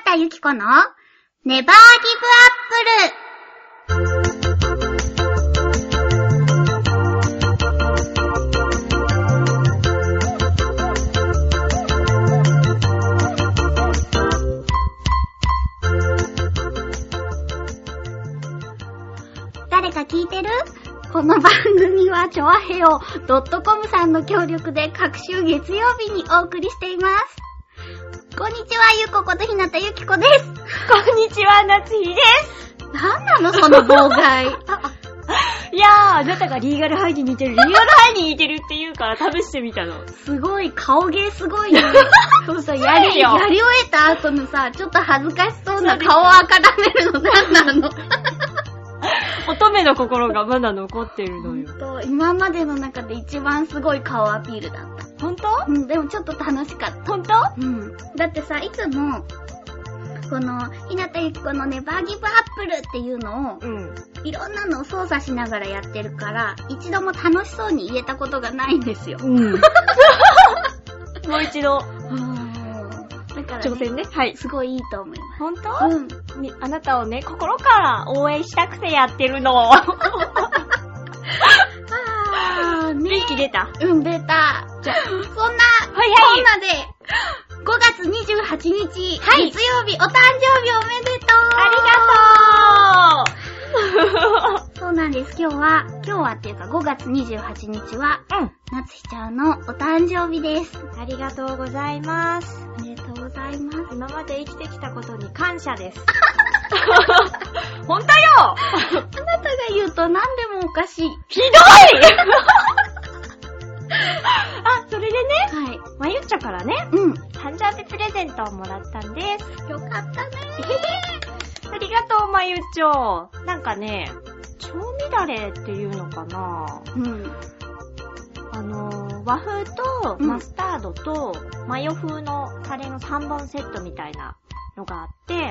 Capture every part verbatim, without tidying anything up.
田ゆき子のネバーギブアップル。誰か聞いてる？この番組はチョアヘオ .com さんの協力で各週月曜日にお送りしています。こんにちは、ゆこことひなたゆきこです。 こんにちは、なつひです。 なんなのその妨害。 いやー、あなたがリーガルハイに似てる、リーガルハイに似てるって言うから試してみたの。 すごい、顔芸すごいね。そうそう、やり、やり終えた後のさ、ちょっと恥ずかしそうな顔を赤らめるのなんなの。 乙女の心がまだ残ってるのよ。 ほんと、今までの中で一番すごい顔アピールだった。 ほんと？ うん、でもちょっと楽しかった。 ほんと？ うん。だってさ、いつも、この、ひなたゆきこのネバーギブアップルっていうのを、うん、いろんなのを操作しながらやってるから、一度も楽しそうに言えたことがないんですよ。うん、 もう一度。 だから、 ね、挑戦ね。はい。 すごいいいと思います。 ほんと？うん。あなたをね、心から応援したくてやってるの。あー、ね。元気出た？ うん、出た。じゃあ、そんな、はいはい。こんなで、ごがつにじゅうはちにち、はい、月曜日、お誕生日おめでとう。 ありがとう。 そうなんです。今日は、今日はっていうかごがつにじゅうはちにちは、うん。なつひちゃんのお誕生日です。 ありがとうございます。 ありがとうございます。 今まで生きてきたことに感謝です。ほんとよ。あなたが言うと何でもおかしい。 ひどい。あ、それでね、はい。まゆっちょからね、うん。誕生日プレゼントをもらったんです。 よかったね。 ありがとう、まゆっちょ。なんかね、調味だれっていうのかな、うん。あのー、和風とマスタードとマヨ風のタレのさんぼんセットみたいなのがあって、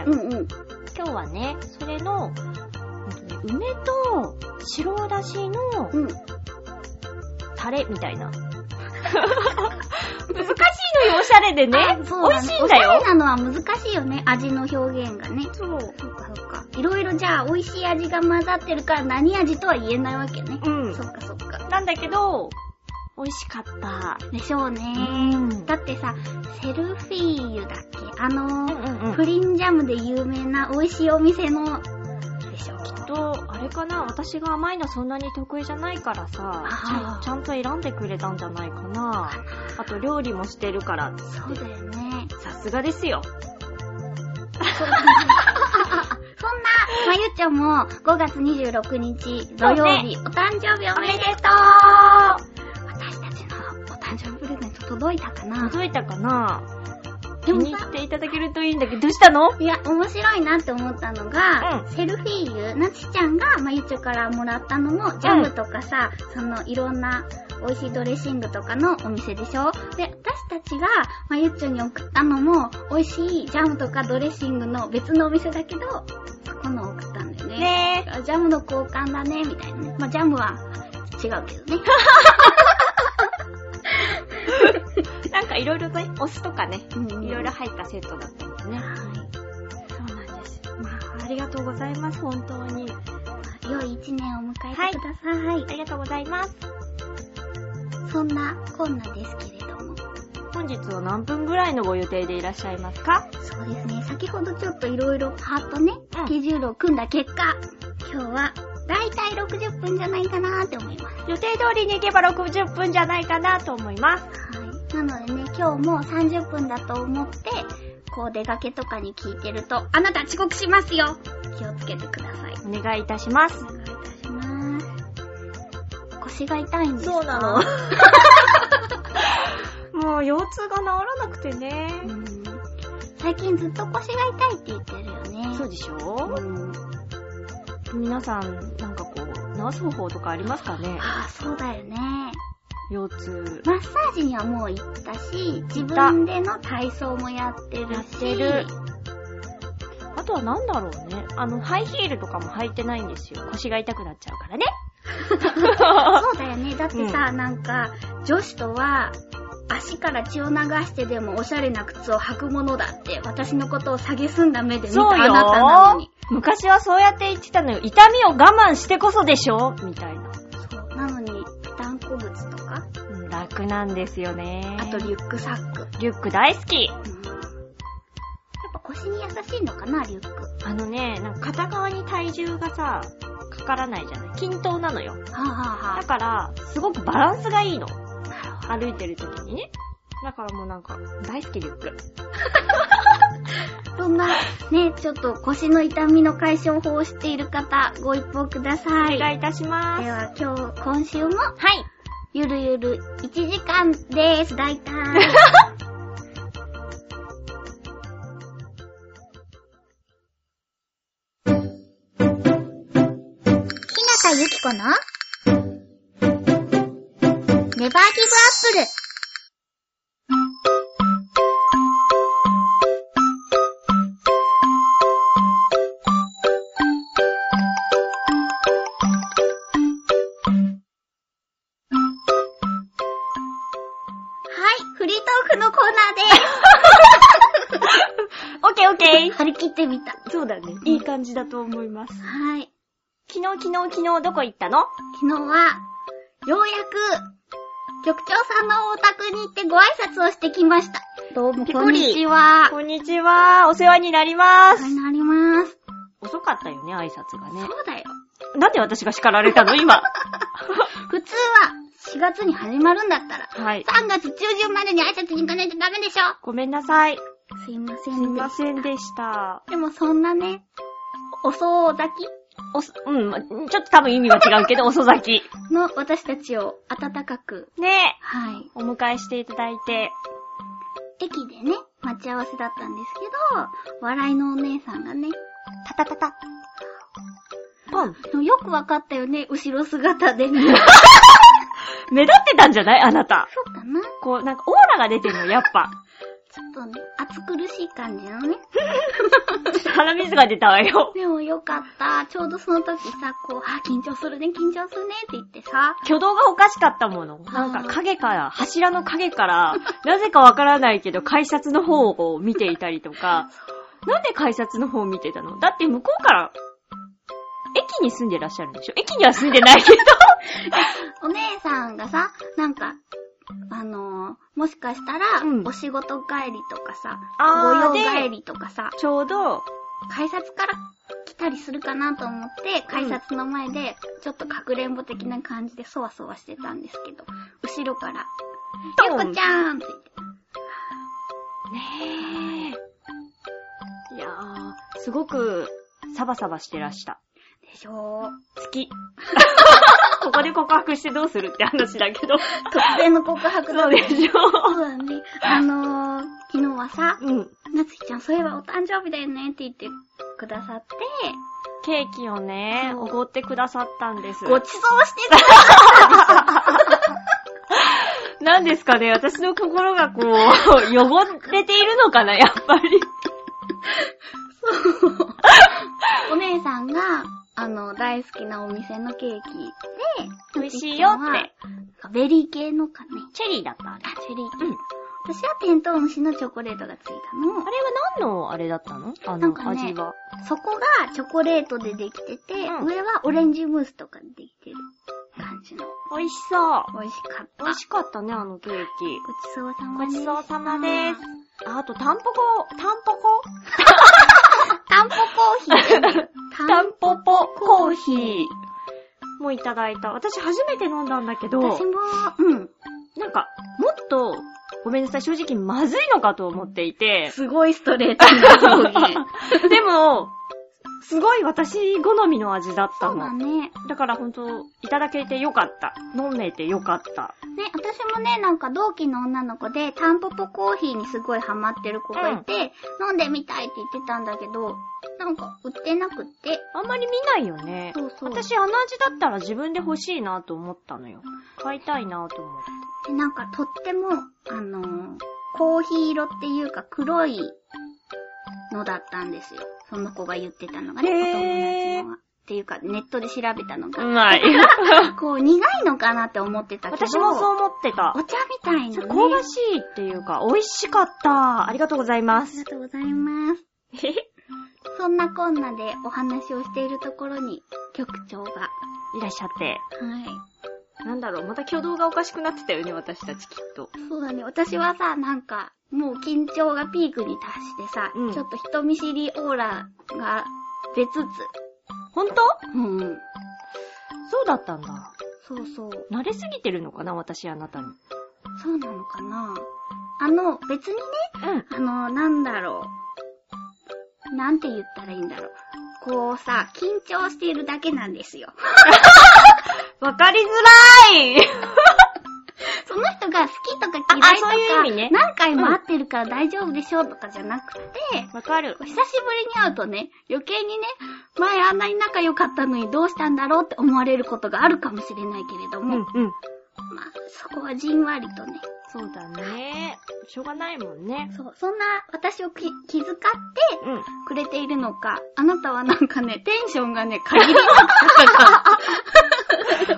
うんうん、今日はね、それの、梅と白だしのタレみたいな。難しいのよ、おしゃれでね。美味しいんだよ。おしゃれなのは難しいよね、味の表現がね。そう。そっかそっか。いろいろじゃあ美味しい味が混ざってるから何味とは言えないわけね。うん。そっかそっか。 なんだけど、美味しかった。 でしょうね。うん、だってさ、セルフィーユだっけあの、うんうんうん、プリンジャムで有名な美味しいお店の、でしょう。 きっと、あれかな、私が甘いのそんなに得意じゃないからさ、ちゃん、ちゃんと選んでくれたんじゃないかな。あと料理もしてるから。 そうだよね。 さすがですよ。 そんな、まゆちゃんもごがつにじゅうろくにち土曜日、ね、お誕生日おめでとう。私たちのお誕生日プレゼント届いたかな？ 届いたかな？気に入っていただけるといいんだけど、どうしたの？ いや、面白いなって思ったのが、うん、セルフィーユ、なつちゃんがまゆちょからもらったのも、ジャムとかさ、うん、そのいろんな美味しいドレッシングとかのお店でしょ？で、私たちがまゆちょに送ったのも、美味しいジャムとかドレッシングの別のお店だけど、そこの送ったんだよね。ねー。ジャムの交換だね、みたいなね。まあ、ジャムは違うけどね。 なんかいろいろね、お酢とかね、いろいろ入ったセットだったんですね。はい。そうなんです。まあ、ありがとうございます、本当に。 良い一年を迎えてください。はい。 ありがとうございます。 そんなこんなですけれども。 本日は何分ぐらいのご予定でいらっしゃいますか？ そうですね。先ほどちょっといろいろパーッとね、スケジュールを組んだ結果、うん、今日はだいたいろくじゅっぷんじゃないかなーって思います。 予定通りに行けばろくじゅっぷんじゃないかなと思います。はい。 なのでね、今日もさんじゅっぷんだと思って、こう出かけとかに聞いてると、あなた遅刻しますよ。気をつけてください。 お願いいたします。 お願いいたします。腰が痛いんですか？ そうなの。もう腰痛が治らなくてね。うん、 最近ずっと腰が痛いって言ってるよね。 そうでしょ？うん、皆さん、なんかこう、治す方法とかありますかね？ ああ、そうだよね。 腰痛。 マッサージにはもう行ったし、自分での体操もやってるし。やってる。 あとはなんだろうね。あの、ハイヒールとかも履いてないんですよ。腰が痛くなっちゃうからね。 そうだよね。だってさ、うん、なんか、女子とは、 足から血を流してでもおしゃれな靴を履くものだって私のことを蔑んだ目で見たあなたなのに。 昔はそうやって言ってたのよ。痛みを我慢してこそでしょみたいな。 そう。なのに、ペタンコ靴とか、 うん、楽なんですよね。 あとリュックサック。 リュック大好き。うん、やっぱ腰に優しいのかな、リュック。 あのね、なんか片側に体重がさ、かからないじゃない。均等なのよ。はあはあ、 だから、すごくバランスがいいの。歩いてる時にね。だからもうなんか、大好きリュック。 そんな、ね、ちょっと腰の痛みの解消法をしている方、ご一報ください。 お願いいたします。 では今日、今週も、 はい。 ゆるゆるいちじかんです、だいたい。日向ゆき子のネバーギブアップル。フリートークのコーナーでーす。 オッケーオッケー。 張り切ってみた。 そうだね。いい感じだと思います。 はい。 昨日昨日昨日どこ行ったの？ 昨日は、ようやく、局長さんのお宅に行ってご挨拶をしてきました。どうも、こんにちは。 こんにちは。お世話になります。 お世話になります。 遅かったよね、挨拶がね。 そうだよ。 なんで私が叱られたの今。 普通は、しがつに始まるんだったら、 はい、 さんがつ中旬までに挨拶に行かないとダメでしょ。 ごめんなさい。 すいませんでした。 すいませんでした。 でもそんなね、遅咲きおそ、うん、ちょっと多分意味は違うけど、遅咲きの私たちを温かく、 ね、 はい、 お迎えしていただいて、 駅でね、待ち合わせだったんですけど、笑いのお姉さんがね、タタタタ、 ポン。 でもよくわかったよね、後ろ姿で。 目立ってたんじゃないあなた。 そうかな。 こう、なんかオーラが出てるの、やっぱ。 ちょっとね、暑苦しい感じのね。 鼻水が出たわよ。 でもよかった。ちょうどその時さ、こう、あ、緊張するね、緊張するねって言ってさ。 挙動がおかしかったもの。なんか影から、柱の影から、なぜかわからないけど、改札の方を見ていたりとか。なんで改札の方を見てたの？だって向こうから、駅に住んでらっしゃるんでしょ？駅には住んでないけど。 お姉さんがさ、なんか、あのー、もしかしたら、うん、お仕事帰りとかさ、ご用帰りとかさ、 ちょうど、 改札から来たりするかなと思って、改札の前で、ちょっとかくれんぼ的な感じでそわそわしてたんですけど、後ろから、ゆこちゃんって言って。 ねえ。いやー、すごく、サバサバしてらした。 でしょー。好き。ここで告白してどうするって話だけど。 突然の告白だね。そうでしょ。 そうだね。あのー、昨日はさ、 うん。 なつきちゃん、そういえばお誕生日だよねって言ってくださって、 ケーキをね、おごってくださったんです。 ごちそうしてくださったでしょ。なんですかね、私の心がこう、汚れているのかな、やっぱり。 そう。お姉さんが、あの、大好きなお店のケーキで、 美味しいよって。 ベリー系のかね。 チェリーだったあれ。 あ、チェリー系。うん。私はテントウムシのチョコレートがついたの。 あれは何のあれだったの？あの、なんかね、味は。 そこがチョコレートでできてて、うん、上はオレンジムースとかでできてる感じの。 美味しそう。 美味しかった。 美味しかったね、あのケーキ。 ごちそうさまです。 ごちそうさまです。あと、タンポコ、タンポコタンポコーヒー。 タンポポコーヒーもいただいた。私初めて飲んだんだけど。 私も、うん。 なんか、もっと、ごめんなさい、正直まずいのかと思っていて。 すごいストレートな表現。 でも、すごい私好みの味だったの。 そうだね。 だからほんと、いただけてよかった。飲めてよかった。 ね、私もね、なんか同期の女の子で、タンポポコーヒーにすごいハマってる子がいて、うん、飲んでみたいって言ってたんだけど、なんか売ってなくって。 あんまり見ないよね。 そうそう。 私あの味だったら自分で欲しいなと思ったのよ。買いたいなと思って。 で、なんかとっても、あのー、コーヒー色っていうか黒いのだったんですよ。その子が言ってたのがね、お友達のは。 っていうかネットで調べたのが。 うまい。 こう苦いのかなって思ってたけど。 私もそう思ってた。 お茶みたいなね。 香ばしいっていうか、美味しかった。ありがとうございます。 ありがとうございます。そんなこんなでお話をしているところに局長がいらっしゃって。 はい。 なんだろう、また挙動がおかしくなってたよね、私たちきっと。 そうだね、私はさ、なんか、もう緊張がピークに達してさ、うん、ちょっと人見知りオーラが出つつ。 ほんと？ うんうん。 そうだったんだ。 そうそう。 慣れすぎてるのかな、私あなたに。 そうなのかな。あの、別にね、うん、あの、なんだろう。なんて言ったらいいんだろう。こうさ、緊張しているだけなんですよ。 わかりづらいその人が好きとか嫌いとか、 そういう意味ね、 何回も会ってるから大丈夫でしょとかじゃなくて、 わかる。 久しぶりに会うとね、余計にね、前あんなに仲良かったのにどうしたんだろうって思われることがあるかもしれないけれども、うんうん、まあ、そこはじんわりとね。 そうだね。しょうがないもんね。 そう、そんな私を気遣ってくれているのか、うん、あなたはなんかね、テンションがね、限りなく高かった。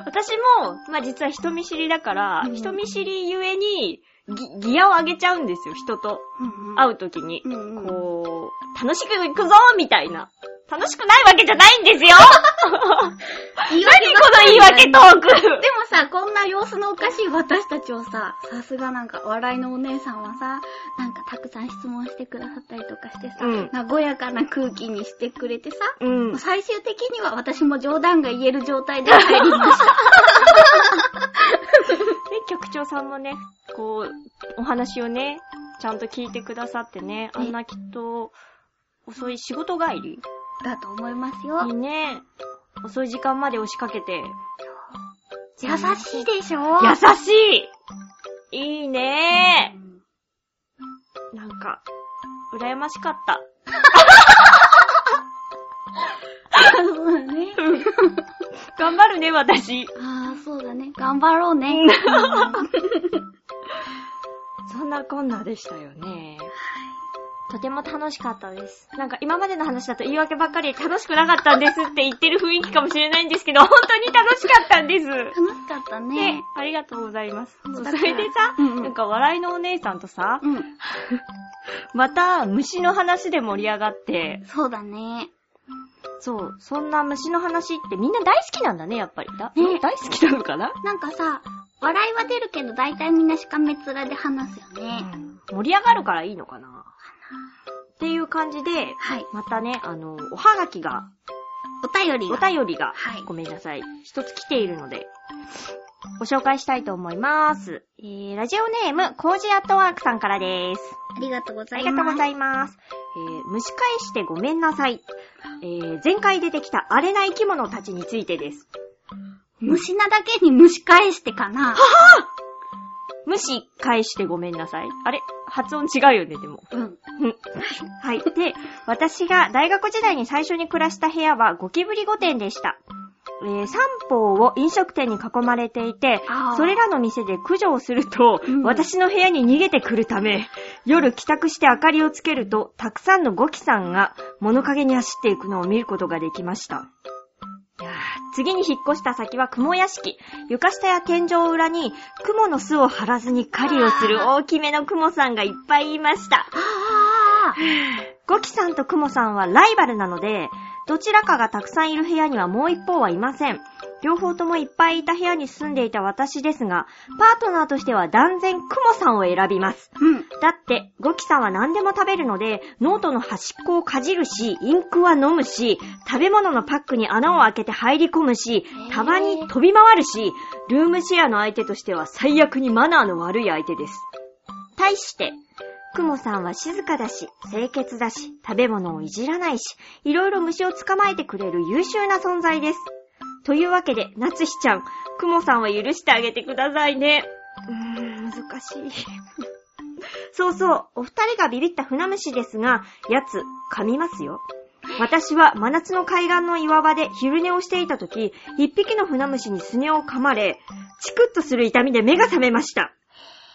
私も、まあ実は人見知りだから、うん、人見知りゆえにギ、ギアを上げちゃうんですよ、人と会うときに、うんうん。こう、楽しく行くぞみたいな。楽しくないわけじゃないんですよ何この言い訳トークでもさ、こんな様子のおかしい私たちをさ、さすがなんか笑いのお姉さんはさ、なんかたくさん質問してくださったりとかしてさ、うん、和やかな空気にしてくれてさ、うん、最終的には私も冗談が言える状態で入りました。 で、局長さんもね、こう、お話をね、ちゃんと聞いてくださってね、あんなきっと、遅い仕事帰りだと思いますよ。 いいね。遅い時間まで押しかけて。 優しいでしょ？ 優しいいいねー、うん、なんか、羨ましかった。 そうだね。 頑張るね、私。 ああ、そうだね。頑張ろうね。 そんなこんなでしたよね。とても楽しかったです。なんか今までの話だと言い訳ばっかり楽しくなかったんですって言ってる雰囲気かもしれないんですけど、本当に楽しかったんです。楽しかったね。 ね、ありがとうございます。そ, それでさ、うんうん、なんか笑いのお姉さんとさ、うん、また虫の話で盛り上がって。 そうだね。 そう、そんな虫の話ってみんな大好きなんだね、やっぱり。だね、大好きなのかな？ なんかさ、笑いは出るけど大体みんなしかめっ面で話すよね、 うん。盛り上がるからいいのかなっていう感じで、はい、またね、あの、おはがきが、 お便りが、 お便りが、はい、ごめんなさい、一つ来ているので、ご紹介したいと思います。えー、ラジオネーム、コージアットワークさんからです。 ありがとうございます。 ありがとうございます。えー、蒸し返してごめんなさい。えー、前回出てきた荒れな生き物たちについてです。 虫なだけに蒸し返してかな。はは蒸し返してごめんなさい。あれ発音違うよね、でも。うん。はい。で、私が大学時代に最初に暮らした部屋はゴキブリ御殿でした。えー、三方を飲食店に囲まれていて、それらの店で駆除をすると、うん、私の部屋に逃げてくるため、夜帰宅して明かりをつけると、たくさんのゴキさんが物陰に走っていくのを見ることができました。いやー、次に引っ越した先は雲屋敷。床下や天井裏に雲の巣を張らずに狩りをする大きめの雲さんがいっぱいいました。ゴキさんと雲さんはライバルなので、どちらかがたくさんいる部屋にはもう一方はいません。両方ともいっぱいいた部屋に住んでいた私ですが、パートナーとしては断然雲さんを選びます。うん、だって、ゴキさんは何でも食べるので、ノートの端っこをかじるし、インクは飲むし、食べ物のパックに穴を開けて入り込むし、たまに飛び回るし、ルームシェアの相手としては最悪にマナーの悪い相手です。対して、雲さんは静かだし、清潔だし、食べ物をいじらないし、いろいろ虫を捕まえてくれる優秀な存在です。というわけで、なつひちゃん、雲さんは許してあげてくださいね。うーん、難しい。そうそう、お二人がビビった船虫ですが、やつ、噛みますよ。私は真夏の海岸の岩場で昼寝をしていたとき、一匹の船虫にスネを噛まれ、チクッとする痛みで目が覚めました。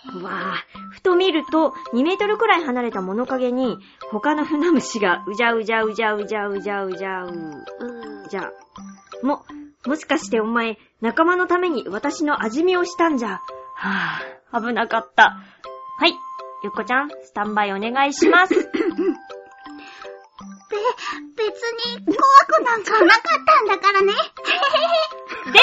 うわぁ、ふと見るとにメートルくらい離れた物陰に他の船虫がうじゃうじゃうじゃうじゃうじゃうじゃう。うじゃあ。も、もしかしてお前、仲間のために私の味見をしたんじゃ。はぁ、危なかった。はい、ゆっこちゃん、スタンバイお願いします。べ、 別に怖くなんかなかったんだからね。 では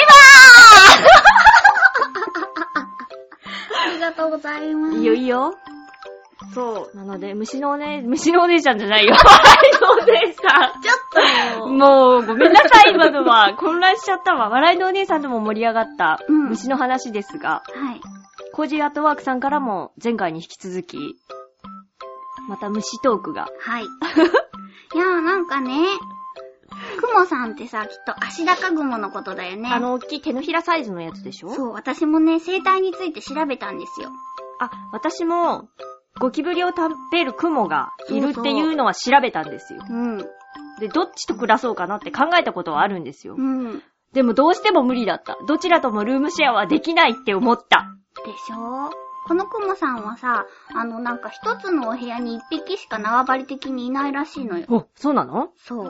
ありがとうございます。 いいよいいよ。そう。なので、虫のおね、虫のお姉ちゃんじゃないよ。笑いのお姉さん。 ちょっともう、ごめんなさい、今のは。混乱しちゃったわ。笑いのお姉さんとも盛り上がった虫の話ですが。 うん、はい。 コージーアートワークさんからも前回に引き続き、また虫トークが。 はい。いやーなんかね、クモさんってさ、きっと足高グモのことだよね。 あの、大きい手のひらサイズのやつでしょ？ そう、私もね、生態について調べたんですよ。 あ、私も、ゴキブリを食べるクモがいるっていうのは調べたんですよ。 うん。 で、どっちと暮らそうかなって考えたことはあるんですよ。 うん。 でもどうしても無理だった。どちらともルームシェアはできないって思った。 でしょ？このクモさんはさ、あのなんか一つのお部屋に一匹しか縄張り的にいないらしいのよ。 お、そうなの？ そう。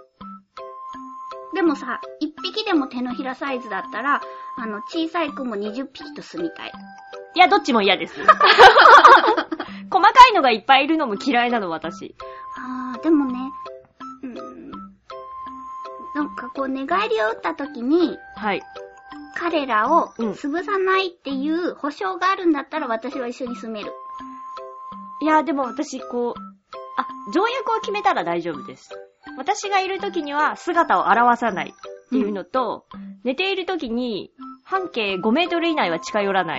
でもさ、一匹でも手のひらサイズだったら、あの小さいクモにじゅっぴきと住みたい。 いや、どっちも嫌です。細かいのがいっぱいいるのも嫌いなの、私。 あー、でもね、うーん。なんかこう寝返りを打った時に、 はい。 彼らを潰さないっていう保証があるんだったら私は一緒に住める。 いや、でも私こう、あ、条約を決めたら大丈夫です。私がいる時には姿を現さないっていうのと、うん、寝ている時に半径ごメートル以内は近寄らない。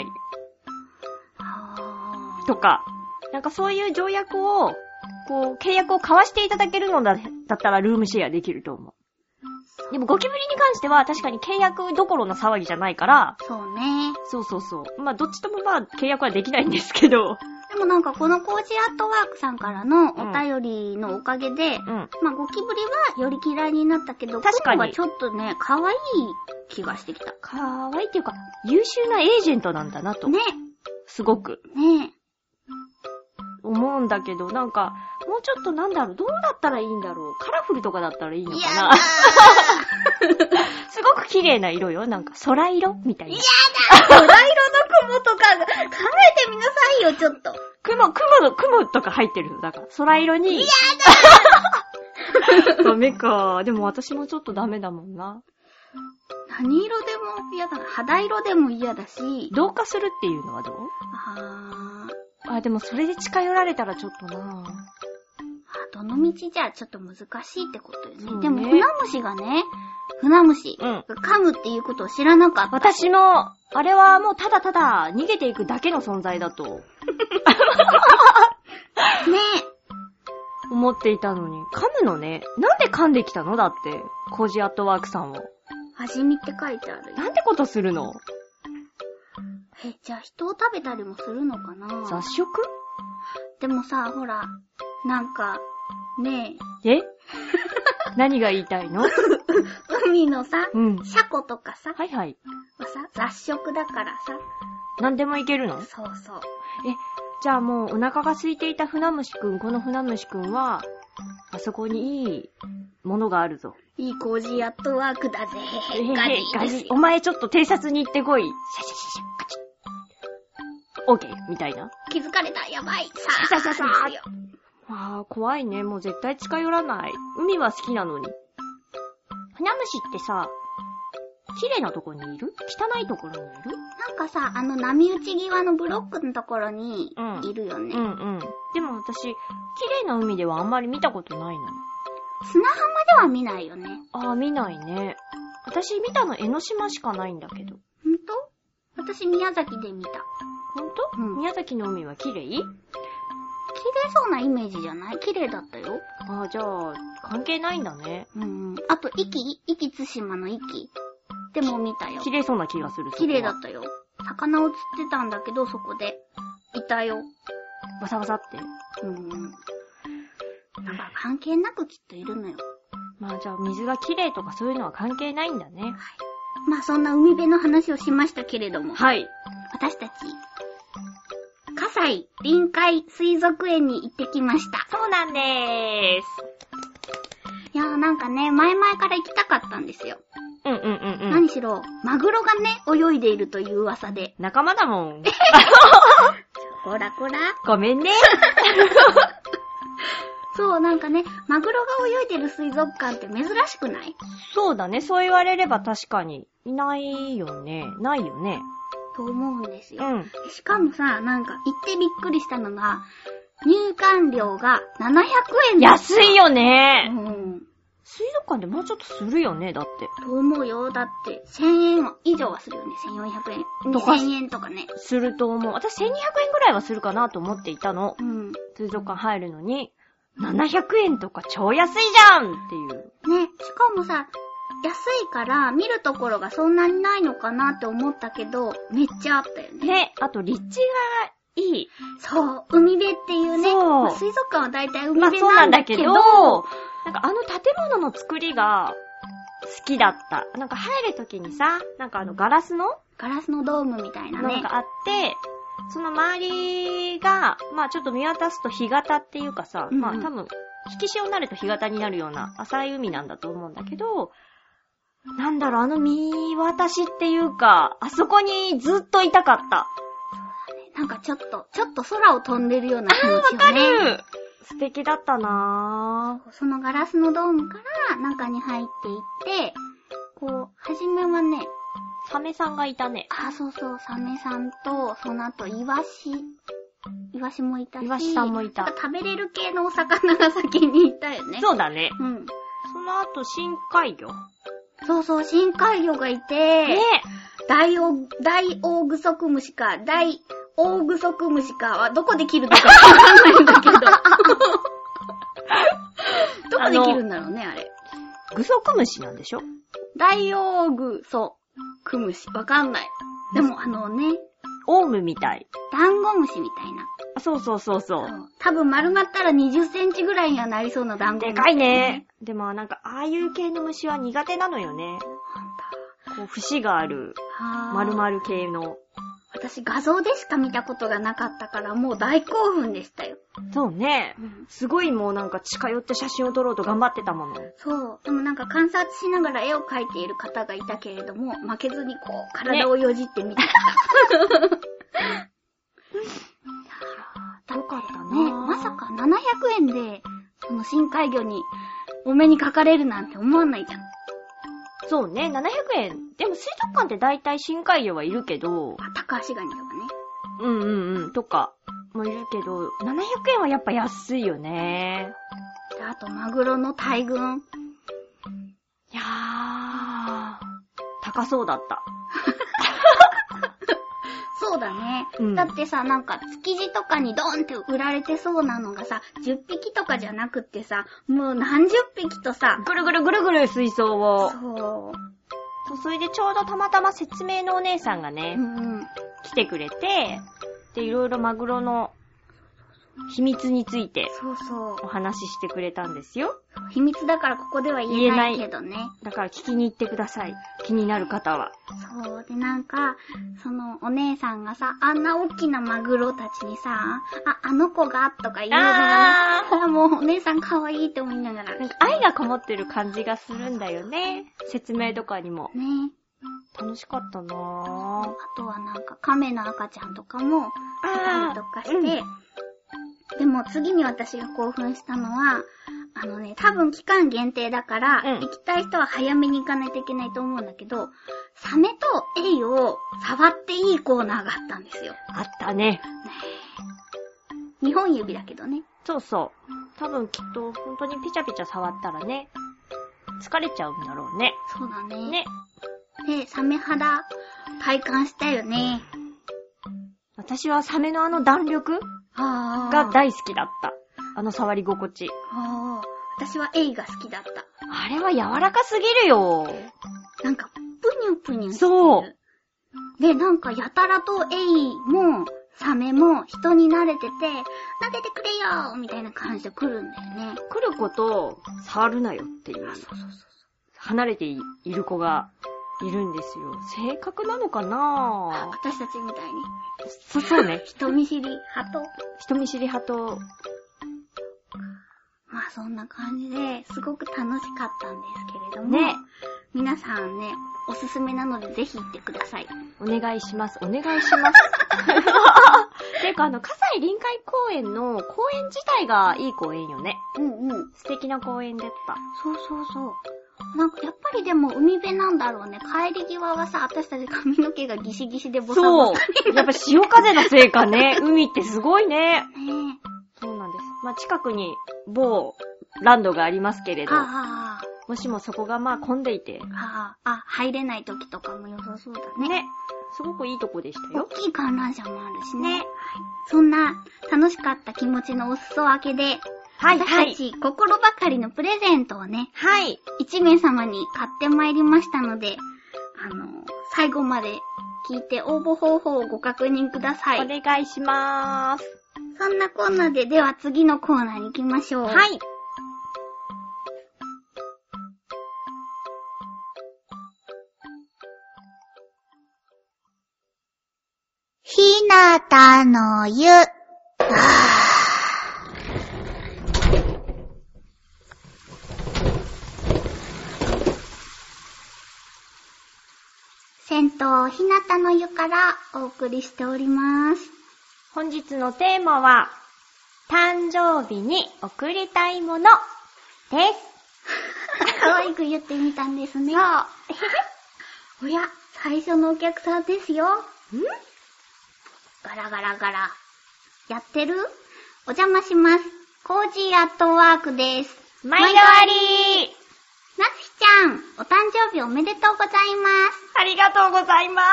とか、なんかそういう条約を、こう、契約を交わしていただけるのだ、だったらルームシェアできると思う。でもゴキブリに関しては確かに契約どころの騒ぎじゃないから。 そうね。そうそうそう。まあどっちともまあ契約はできないんですけど。 でもなんかこのコージアートワークさんからのお便りのおかげで、うん、まあゴキブリはより嫌いになったけど、確かにちょっとね、可愛い気がしてきた。 可愛いっていうか、優秀なエージェントなんだなと。 ね。すごく。ね。 思うんだけど、なんか、もうちょっとなんだろう、どうだったらいいんだろう。カラフルとかだったらいいのかな。すごく綺麗な色よ。なんか、空色みたいな。 やだ空色の雲とか、考えてみなさいよ、ちょっと。 雲、雲の、雲とか入ってるの。だから、空色に。 やだダメか。でも私もちょっとダメだもんな。 何色でも嫌だ。肌色でも嫌だし。 同化するっていうのはどう？ あー。 あ、でもそれで近寄られたらちょっとなぁ。 どの道じゃちょっと難しいってことよね。ねでも、船虫がね、船虫が噛むっていうことを知らなかった。 私も、あれはもうただただ逃げていくだけの存在だと。ねえ。思っていたのに、噛むのね。なんで噛んできたのだって、コージアットワークさんを。 味見って書いてある。 なんてことするの？ え、じゃあ人を食べたりもするのかな？ 雑食？ でもさ、ほら、なんか、ねえ。え何が言いたいの？ 海のさ、 うん、 シャコとかさ、 はいはい。 はさ、雑食だからさ。 何でもいけるの？ そうそう。 え、じゃあもうお腹が空いていた船虫くん、この船虫くんは、あそこにいいものがあるぞ。 いいコージーアットワークだぜ。 えー、ガジガジ。お前ちょっと偵察に行ってこい。シャシャシャシャ、カチッ。オーケーみたいな。 気づかれた、やばい。さあ、さあさあさあ。ああ、怖いね。もう絶対近寄らない。海は好きなのに。船虫ってさ、綺麗なとこにいる？汚いところにいる？ なんかさ、あの波打ち際のブロックのところにいるよね。 うん、うんうん。でも私、綺麗な海ではあんまり見たことないの。 砂浜では見ないよね。 ああ、見ないね。私見たの江ノ島しかないんだけど。 ほんと？私宮崎で見た。 ほんと？うん。宮崎の海は綺麗？綺麗そうなイメージじゃない？綺麗だったよ。 ああ、じゃあ、関係ないんだね。 うん。あと、壱岐、壱岐対馬の壱岐でも見たよ。 綺麗そうな気がする。 綺麗だったよ。魚を釣ってたんだけど、そこで。いたよ。 バサバサって。 うん。なんか関係なくきっといるのよ。 まあじゃあ水が綺麗とかそういうのは関係ないんだね。はい。 まあそんな海辺の話をしましたけれども。 はい。 私たち、 海臨海水族園に行ってきました。 そうなんでーす。 いやーなんかね、前々から行きたかったんですよ。 うんうんうんうん。 何しろ、マグロがね、泳いでいるという噂で。 仲間だもん。 こらこら。 ごめんね。 そう、なんかね、マグロが泳いでる水族館って珍しくない？ そうだね、そう言われれば確かに。いないよね。ないよね。 と思うんですよ。 うん。 しかもさ、なんか行ってびっくりしたのが、入館料がななひゃくえんだった。 安いよね。 うん。 水族館でもうちょっとするよね、だって。 と思うよ。だって、せんえん以上はするよね。せんよんひゃくえん。 とかにせんえんとかね。 すると思う。私せんにひゃくえんぐらいはするかなと思っていたの。 うん。 水族館入るのに、ななひゃくえんとか超安いじゃんっていう。 ね、しかもさ、安いから見るところがそんなにないのかなって思ったけど、めっちゃあったよね。 ね、あと立地がいい。 そう、海辺っていうね。 そう。 まあ、水族館は大体海まあ辺そうなんんだなだけど、 けど、なんかあの建物の作りが好きだった。なんか入るときにさ、なんかあのガラスのガラスのドームみたいなね。 のがあって、その周りが、まあちょっと見渡すと干潟っていうかさ、 うんうん、 まあ多分、引き潮になると干潟になるような浅い海なんだと思うんだけど、なんだろう、あの見渡しっていうか、あそこにずっといたかった。 なんかちょっと、ちょっと空を飛んでるような気持ちよね。 あー、わかる。素敵だったなぁ。 そのガラスのドームから中に入っていって、こう、はじめはね、 サメさんがいたね。 あ、そうそう、サメさんと、その後、イワシ、イワシもいたし、 イワシさんもいた。 食べれる系のお魚が先にいたよね。 そうだね。 うん。 その後、深海魚。 そうそう、深海魚がいて、 ね大オ、大オオグソクムシか、大オオグソクムシかはどこで切るのかわかんないんだけど。どこで切るんだろうね、あれ。 グソクムシなんでしょ？ 大オオグソクムシ。わかんない。でもあのね、 オウムみたい。 ダンゴムシみたいな。 あ、そうそうそうそう。 そう多分丸まったらにじゅっセンチぐらいにはなりそうなダンゴムシ。 でかいね。でもなんか、ああいう系の虫は苦手なのよね。こう、節がある、丸々系の。 私画像でしか見たことがなかったからもう大興奮でしたよ。 そうね。 うん、 すごいもうなんか近寄って写真を撮ろうと頑張ってたもの。 そう。でもなんか観察しながら絵を描いている方がいたけれども、負けずにこう、体をよじって見てた。ね、 よかったね。まさかななひゃくえんで、その深海魚にお目にかかれるなんて思わないじゃん。 そうね、ななひゃくえん。でも水族館って大体深海魚はいるけど、 あ、タカアシガニとかね。 うんうんうん、とかもいるけど、ななひゃくえんはやっぱ安いよね。 で、あとマグロの大群。 いやー、高そうだった。 そうだね、 うん。 だってさ、なんか築地とかにドーンって売られてそうなのがさ、じゅっぴきとかじゃなくってさ、もう何十匹とさ、 ぐるぐるぐるぐる水槽を。 そう。 そう、それでちょうどたまたま説明のお姉さんがね、 うんうん、 来てくれて、で、いろいろマグロの秘密についてそうそうお話ししてくれたんですよ。 秘密だからここでは言えないけどね。 だから聞きに行ってください。気になる方は。 そう。で、なんか、そのお姉さんがさ、あんな大きなマグロたちにさ、あ、あの子が、とか言うのがね、あもうお姉さん可愛いって思いながら。 なんか愛がこもってる感じがするんだよね。説明とかにも。 ね。 楽しかったなぁ。 あとはなんか亀の赤ちゃんとかも、いたりとかして、うん、でも次に私が興奮したのは、あのね、多分期間限定だから、うん、行きたい人は早めに行かないといけないと思うんだけど、サメとエイを触っていいコーナーがあったんですよ。 あったね。 にほん指だけどね。 そうそう。多分きっと本当にピチャピチャ触ったらね、疲れちゃうんだろうね。 そうだね。 ね。 で、サメ肌体感したよね。 私はサメのあの弾力が大好きだった。あの触り心地。 ああ、私はエイが好きだった。 あれは柔らかすぎるよ。 なんか、ぷにゅぷにゅしてる。 そう。 で、なんか、やたらとエイも、サメも人に慣れてて、撫でてくれよーみたいな感じで来るんだよね。 来る子と、触るなよっていう。 あ、そうそうそうそう。 離れている子がいるんですよ。性格なのかな？ 私たちみたいに。 そ、そうね。 人見知り派と。 人見知り派と。 まあそんな感じですごく楽しかったんですけれども。 ね。 皆さんね、おすすめなのでぜひ行ってください。 お願いします。お願いします。ていうかあの、葛西臨海公園の公園自体がいい公園よね。 うんうん。 素敵な公園だった。 そうそうそう。なんかやっぱりでも海辺なんだろうね。帰り際はさ、私たち髪の毛がギシギシでボサボサそう。やっぱ潮風のせいかね。海ってすごいね。 ねえ。 そうなんです。まあ、近くに某ランドがありますけれど。 ああ。 もしもそこがまあ混んでいて。 ああ。あ、入れない時とかも良さそうだね。 ね。すごくいいとこでしたよ。 大きい観覧車もあるしね。はい。そんな楽しかった気持ちのお裾分けで、はい、はい。私たち心ばかりのプレゼントをね、 はい。 いち名様に買ってまいりましたので、あの、最後まで聞いて応募方法をご確認ください。 お願いしまーす。 そんなコーナーで、では次のコーナーに行きましょう。 はい。 ひなたの湯。はぁ。銭湯ひなたの湯からお送りしております。 本日のテーマは、誕生日に贈りたいものです。 可愛く言ってみたんですね。おや、最初のお客さんですよ。ん？ガラガラガラ。やってる？お邪魔します。コージーアットワークです。 毎度ありー。 なつひちゃん、お誕生日おめでとうございます。 ありがとうございます。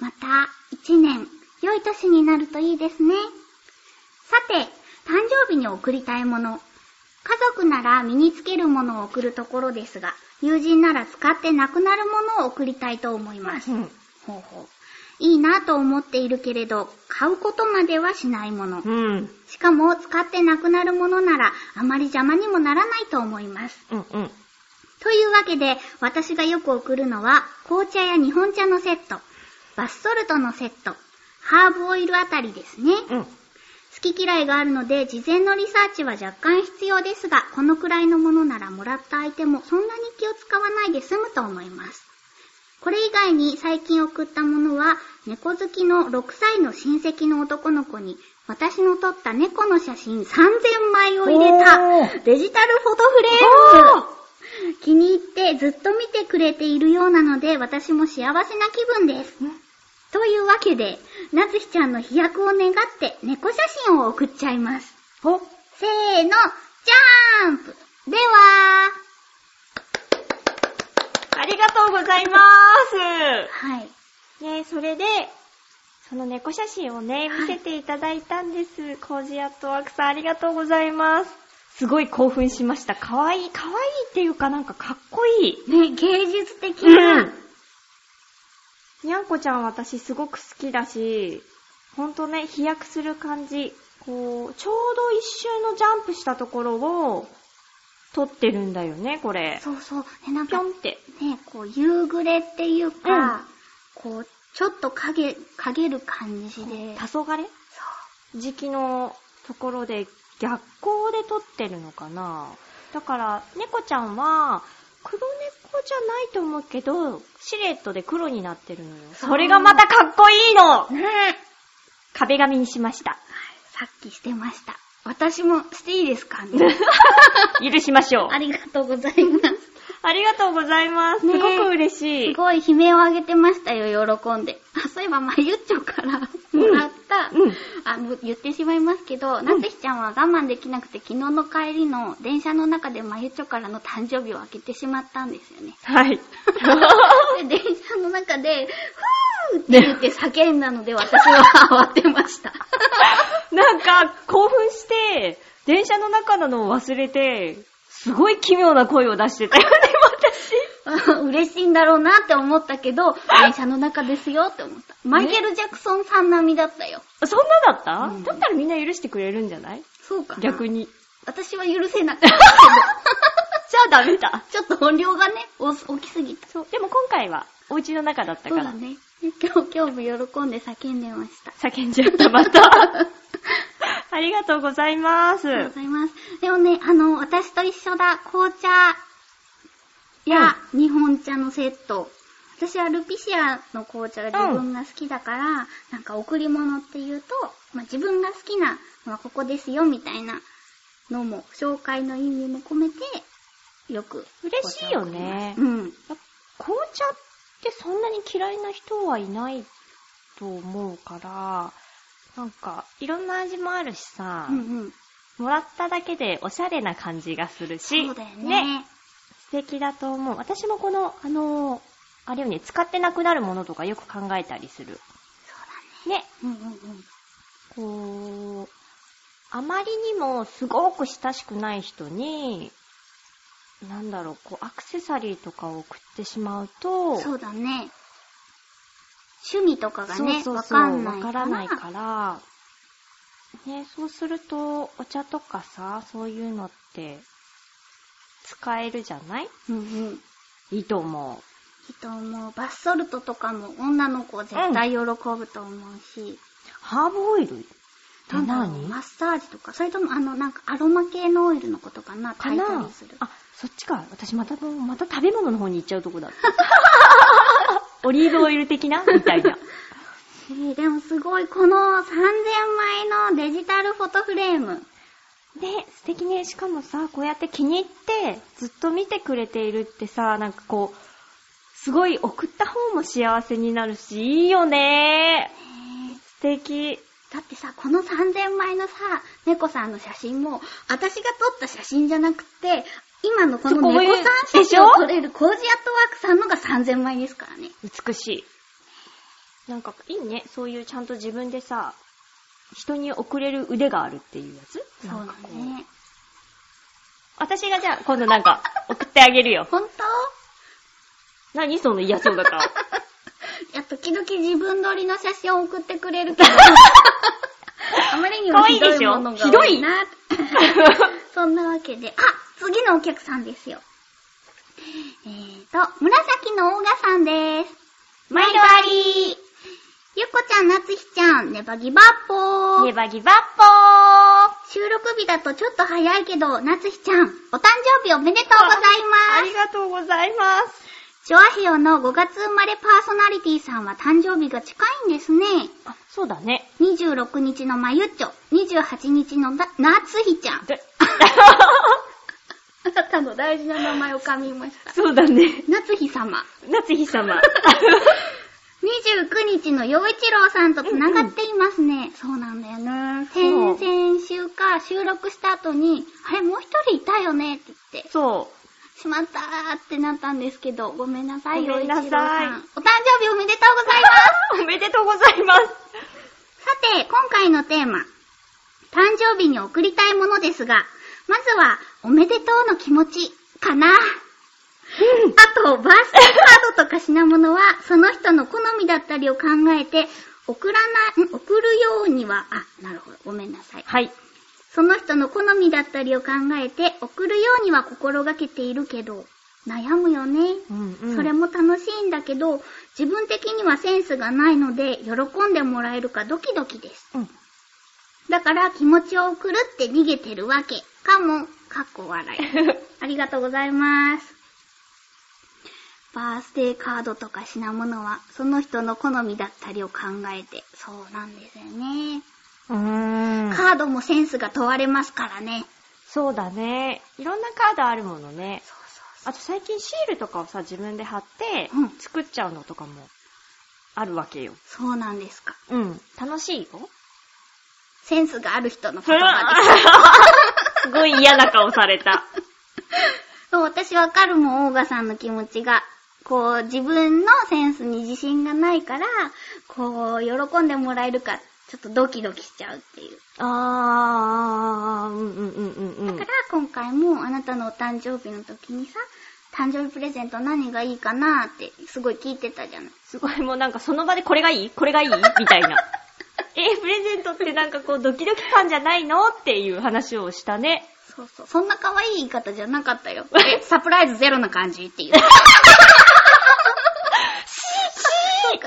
また、一年、良い年になるといいですね。さて、誕生日に贈りたいもの。家族なら身につけるものを贈るところですが、友人なら使ってなくなるものを贈りたいと思います。うん、ほうほう。いいなと思っているけれど、買うことまではしないもの。うん、しかも、使ってなくなるものなら、あまり邪魔にもならないと思います。うんうん。というわけで、私がよく贈るのは、紅茶や日本茶のセット、バスソルトのセット、ハーブオイルあたりですね。うん、好き嫌いがあるので、事前のリサーチは若干必要ですが、このくらいのものならもらった相手もそんなに気を使わないで済むと思います。これ以外に最近送ったものは、猫好きのろくさいの親戚の男の子に、私の撮った猫の写真さんぜんまいを入れたデジタルフォトフレーム。気に入ってずっと見てくれているようなので、私も幸せな気分です。というわけで、なつひちゃんの飛躍を願って猫写真を送っちゃいます。ほせーの、ジャーンプではありがとうございまーす。 はい。 ね、それで、その猫写真をね、見せていただいたんです。はい、コージーアットワークさんありがとうございます。すごい興奮しました。かわいい、かわいいっていうかなんかかっこいい。 ね、芸術的な。うん。 にゃんこちゃん私すごく好きだし、ほんとね、飛躍する感じ。こう、ちょうど一周のジャンプしたところを撮ってるんだよね、これ。 そうそう。ね、なんか、 ぴょんって。 ね、こう、夕暮れっていうか、うん、こう、ちょっと影、影る感じで。 黄昏？そう。時期のところで逆光で撮ってるのかな。だから、猫ちゃんは、黒猫じゃないと思うけど、シルエットで黒になってるのよ。それがまたかっこいいのね。壁紙にしました。はい、 さっきしてました。私もしていいですかね。 許しましょう。 ありがとうございます。 ありがとうございます。すごく嬉しい。 すごい悲鳴を上げてましたよ、喜んで。あ、そういえば、まゆっちょからもらった、うんうん、あの、言ってしまいますけど、うん、なつひちゃんは我慢できなくて、昨日の帰りの電車の中でまゆっちょからの誕生日を開けてしまったんですよね。 はい。 で、電車の中で、ふーって言って叫んだので、私は慌てました。 なんか、興奮して、電車の中なのを忘れて、すごい奇妙な声を出してたよね、 私。嬉しいんだろうなって思ったけど、電車の中ですよって思った。マイケル・ジャクソンさん並みだったよ。 そんなだった、うん、だったらみんな許してくれるんじゃない？ そうかな。 逆に。 私は許せなかったけど。 じゃあダメだ。 ちょっと音量がね、大きすぎた。 そう。でも今回は、 お家の中だったから。 そうだね。今日、今日も喜んで叫んでました。 叫んじゃった、また。ありがとうございます。 ありがとうございます。でもね、あの、私と一緒だ。紅茶や日本茶のセット。私はルピシアの紅茶が自分が好きだから、うん、なんか贈り物っていうと、まあ、自分が好きなのはここですよみたいなのも、紹介の意味も込めて、よく。 嬉しいよね。 うん。 紅茶ってそんなに嫌いな人はいないと思うから、なんか、いろんな味もあるしさ、うんうん、もらっただけでおしゃれな感じがするし、 そうだよね。 ね、素敵だと思う。私もこの、あのー、あれよね、使ってなくなるものとかよく考えたりする。 そうだね。ね。うんうんうん。こう、あまりにもすごく親しくない人に、なんだろう、こう、アクセサリーとかを送ってしまうと、 そうだね。趣味とかがね、わかんないから。わからないから、 ね、そうすると、お茶とかさ、そういうのって、使えるじゃない？ うんうん。 いいと思う。 いいと思う。バスソルトとかも女の子絶対喜ぶと思うし。うん、 ハーブオイルって何？ マッサージとか、それともあの、なんかアロマ系のオイルのことかな？ かな？炊いたりする。あ、そっちか。私また、また食べ物の方に行っちゃうとこだった。オリーブオイル的なみたいな。 えー、でもすごい、このさんぜんまいのデジタルフォトフレーム。 ね、素敵ね。しかもさ、こうやって気に入ってずっと見てくれているってさ、なんかこう、すごい送った方も幸せになるし、いいよね。素敵。 だってさ、このさんぜんまいのさ、猫さんの写真も、私が撮った写真じゃなくて、今のこの猫さん写真を撮れるコージアットワークさんのがさんぜんまいですからね。 美しい。なんかいいね。そういうちゃんと自分でさ、人に送れる腕があるっていうやつ？ そうだね。 私がじゃあ今度なんか送ってあげるよ。 本当？ 何その嫌そうだから。 いや、時々自分撮りの写真を送ってくれるけど。あまりにもひどいものが多いな。そんなわけで、あ、次のお客さんですよ。えーと、紫のオーガさんです。毎度あり。ゆっこちゃん、なつひちゃん、ネバギバッポー。 ネバギバッポー。 収録日だとちょっと早いけど、なつひちゃん、お誕生日おめでとうございます。 ありがとうございます。 チョアヘヨのごがつ生まれパーソナリティさんは誕生日が近いんですね。 あ、そうだね。 にじゅうろくにちのまゆっちょ、にじゅうはちにちのな、なつひちゃん。あなたの大事な名前を噛みました。 そうだね。 なつひ様。 なつひ様。 にじゅうくにちのよういちろうさんと繋がっていますね。うんうん、そうなんだよね。先々週か収録した後に、あれもう一人いたよねって言って。 そう。 しまったーってなったんですけど、ごめんなさい、 ごめんなさい。 よういちろうさん。お誕生日おめでとうございます。 おめでとうございます。さて、今回のテーマ、誕生日に贈りたいものですが、まずは、おめでとうの気持ち、かな。うん、あと、バースデーカードとか品物は、その人の好みだったりを考えて、送らない、ん、送るようには、あ、なるほど、ごめんなさい。 はい。 その人の好みだったりを考えて、送るようには心がけているけど、悩むよね。うんうん、それも楽しいんだけど、自分的にはセンスがないので、喜んでもらえるかドキドキです。うん、だから気持ちを送るって逃げてるわけ。かも、かっこ笑い。ありがとうございます。バースデーカードとか品物は、その人の好みだったりを考えて、そうなんですよね。うーん。カードもセンスが問われますからね。 そうだね。いろんなカードあるものね。そうそうそう。あと最近シールとかをさ、自分で貼って、うん、作っちゃうのとかもあるわけよ。 そうなんですか。 うん。楽しいよ。 センスがある人の言葉です。 すごい嫌な顔された。 そう、私わかるもん、オーガさんの気持ちが。こう、自分のセンスに自信がないから、こう、喜んでもらえるか、ちょっとドキドキしちゃうっていう。 あー、うんうんうんうん。 だから今回もあなたのお誕生日の時にさ、誕生日プレゼント何がいいかなってすごい聞いてたじゃない。 すごいもうなんかその場でこれがいいこれがいいみたいな。え、プレゼントってなんかこうドキドキ感じゃないのっていう話をしたね。 そうそう。そんな可愛い言い方じゃなかったよ。え、サプライズゼロな感じっていう。 シ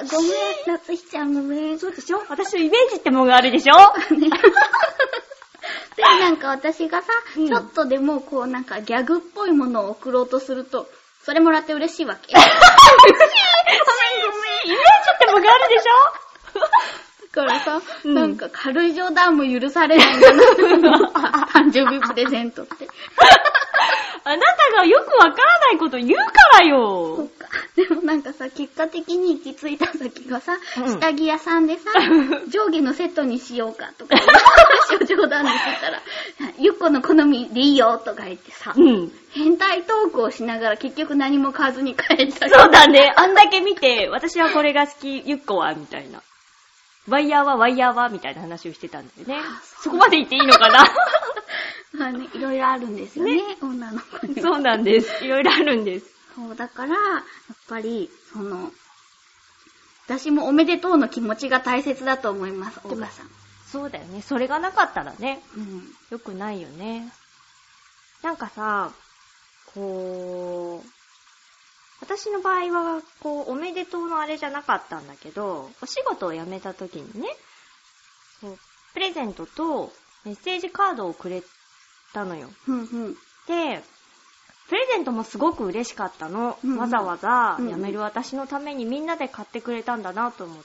ごめん、なつひちゃんごめん。 そうでしょ？私のイメージってものがあるでしょ？ね、 で、なんか私がさ、うん、ちょっとでもこうなんかギャグっぽいものを送ろうとすると、それもらって嬉しいわけ。嬉しい！ごめんごめん。 イメージってものがあるでしょ？ だからさ、うん、なんか軽い冗談も許されないんだなって思った。誕生日プレゼントって。 あなたがよくわからないこと言うからよ。 そっか。でもなんかさ、結果的に行き着いた先がさ、うん、下着屋さんでさ、上下のセットにしようかとか、冗談で言ったら、ゆっこの好みでいいよとか言ってさ、うん、変態トークをしながら結局何も買わずに帰ったり。 そうだね。あんだけ見て、私はこれが好き、ゆっこは、みたいな。ワイヤーはワイヤーはみたいな話をしてたんだよね。そこまで言っていいのかな？ まあね、いろいろあるんですよね、ね女の子に。 そうなんです。いろいろあるんです。 そう、だから、やっぱり、その、私もおめでとうの気持ちが大切だと思います、オーガさん。 そうだよね。それがなかったらね、うん、よくないよね。なんかさ、こう、私の場合は、こう、おめでとうのあれじゃなかったんだけど、お仕事を辞めた時にね、そう、プレゼントとメッセージカードをくれたのよ。 うんうん、 で、プレゼントもすごく嬉しかったの。うんうん、わざわざ辞める私のためにみんなで買ってくれたんだなと思って。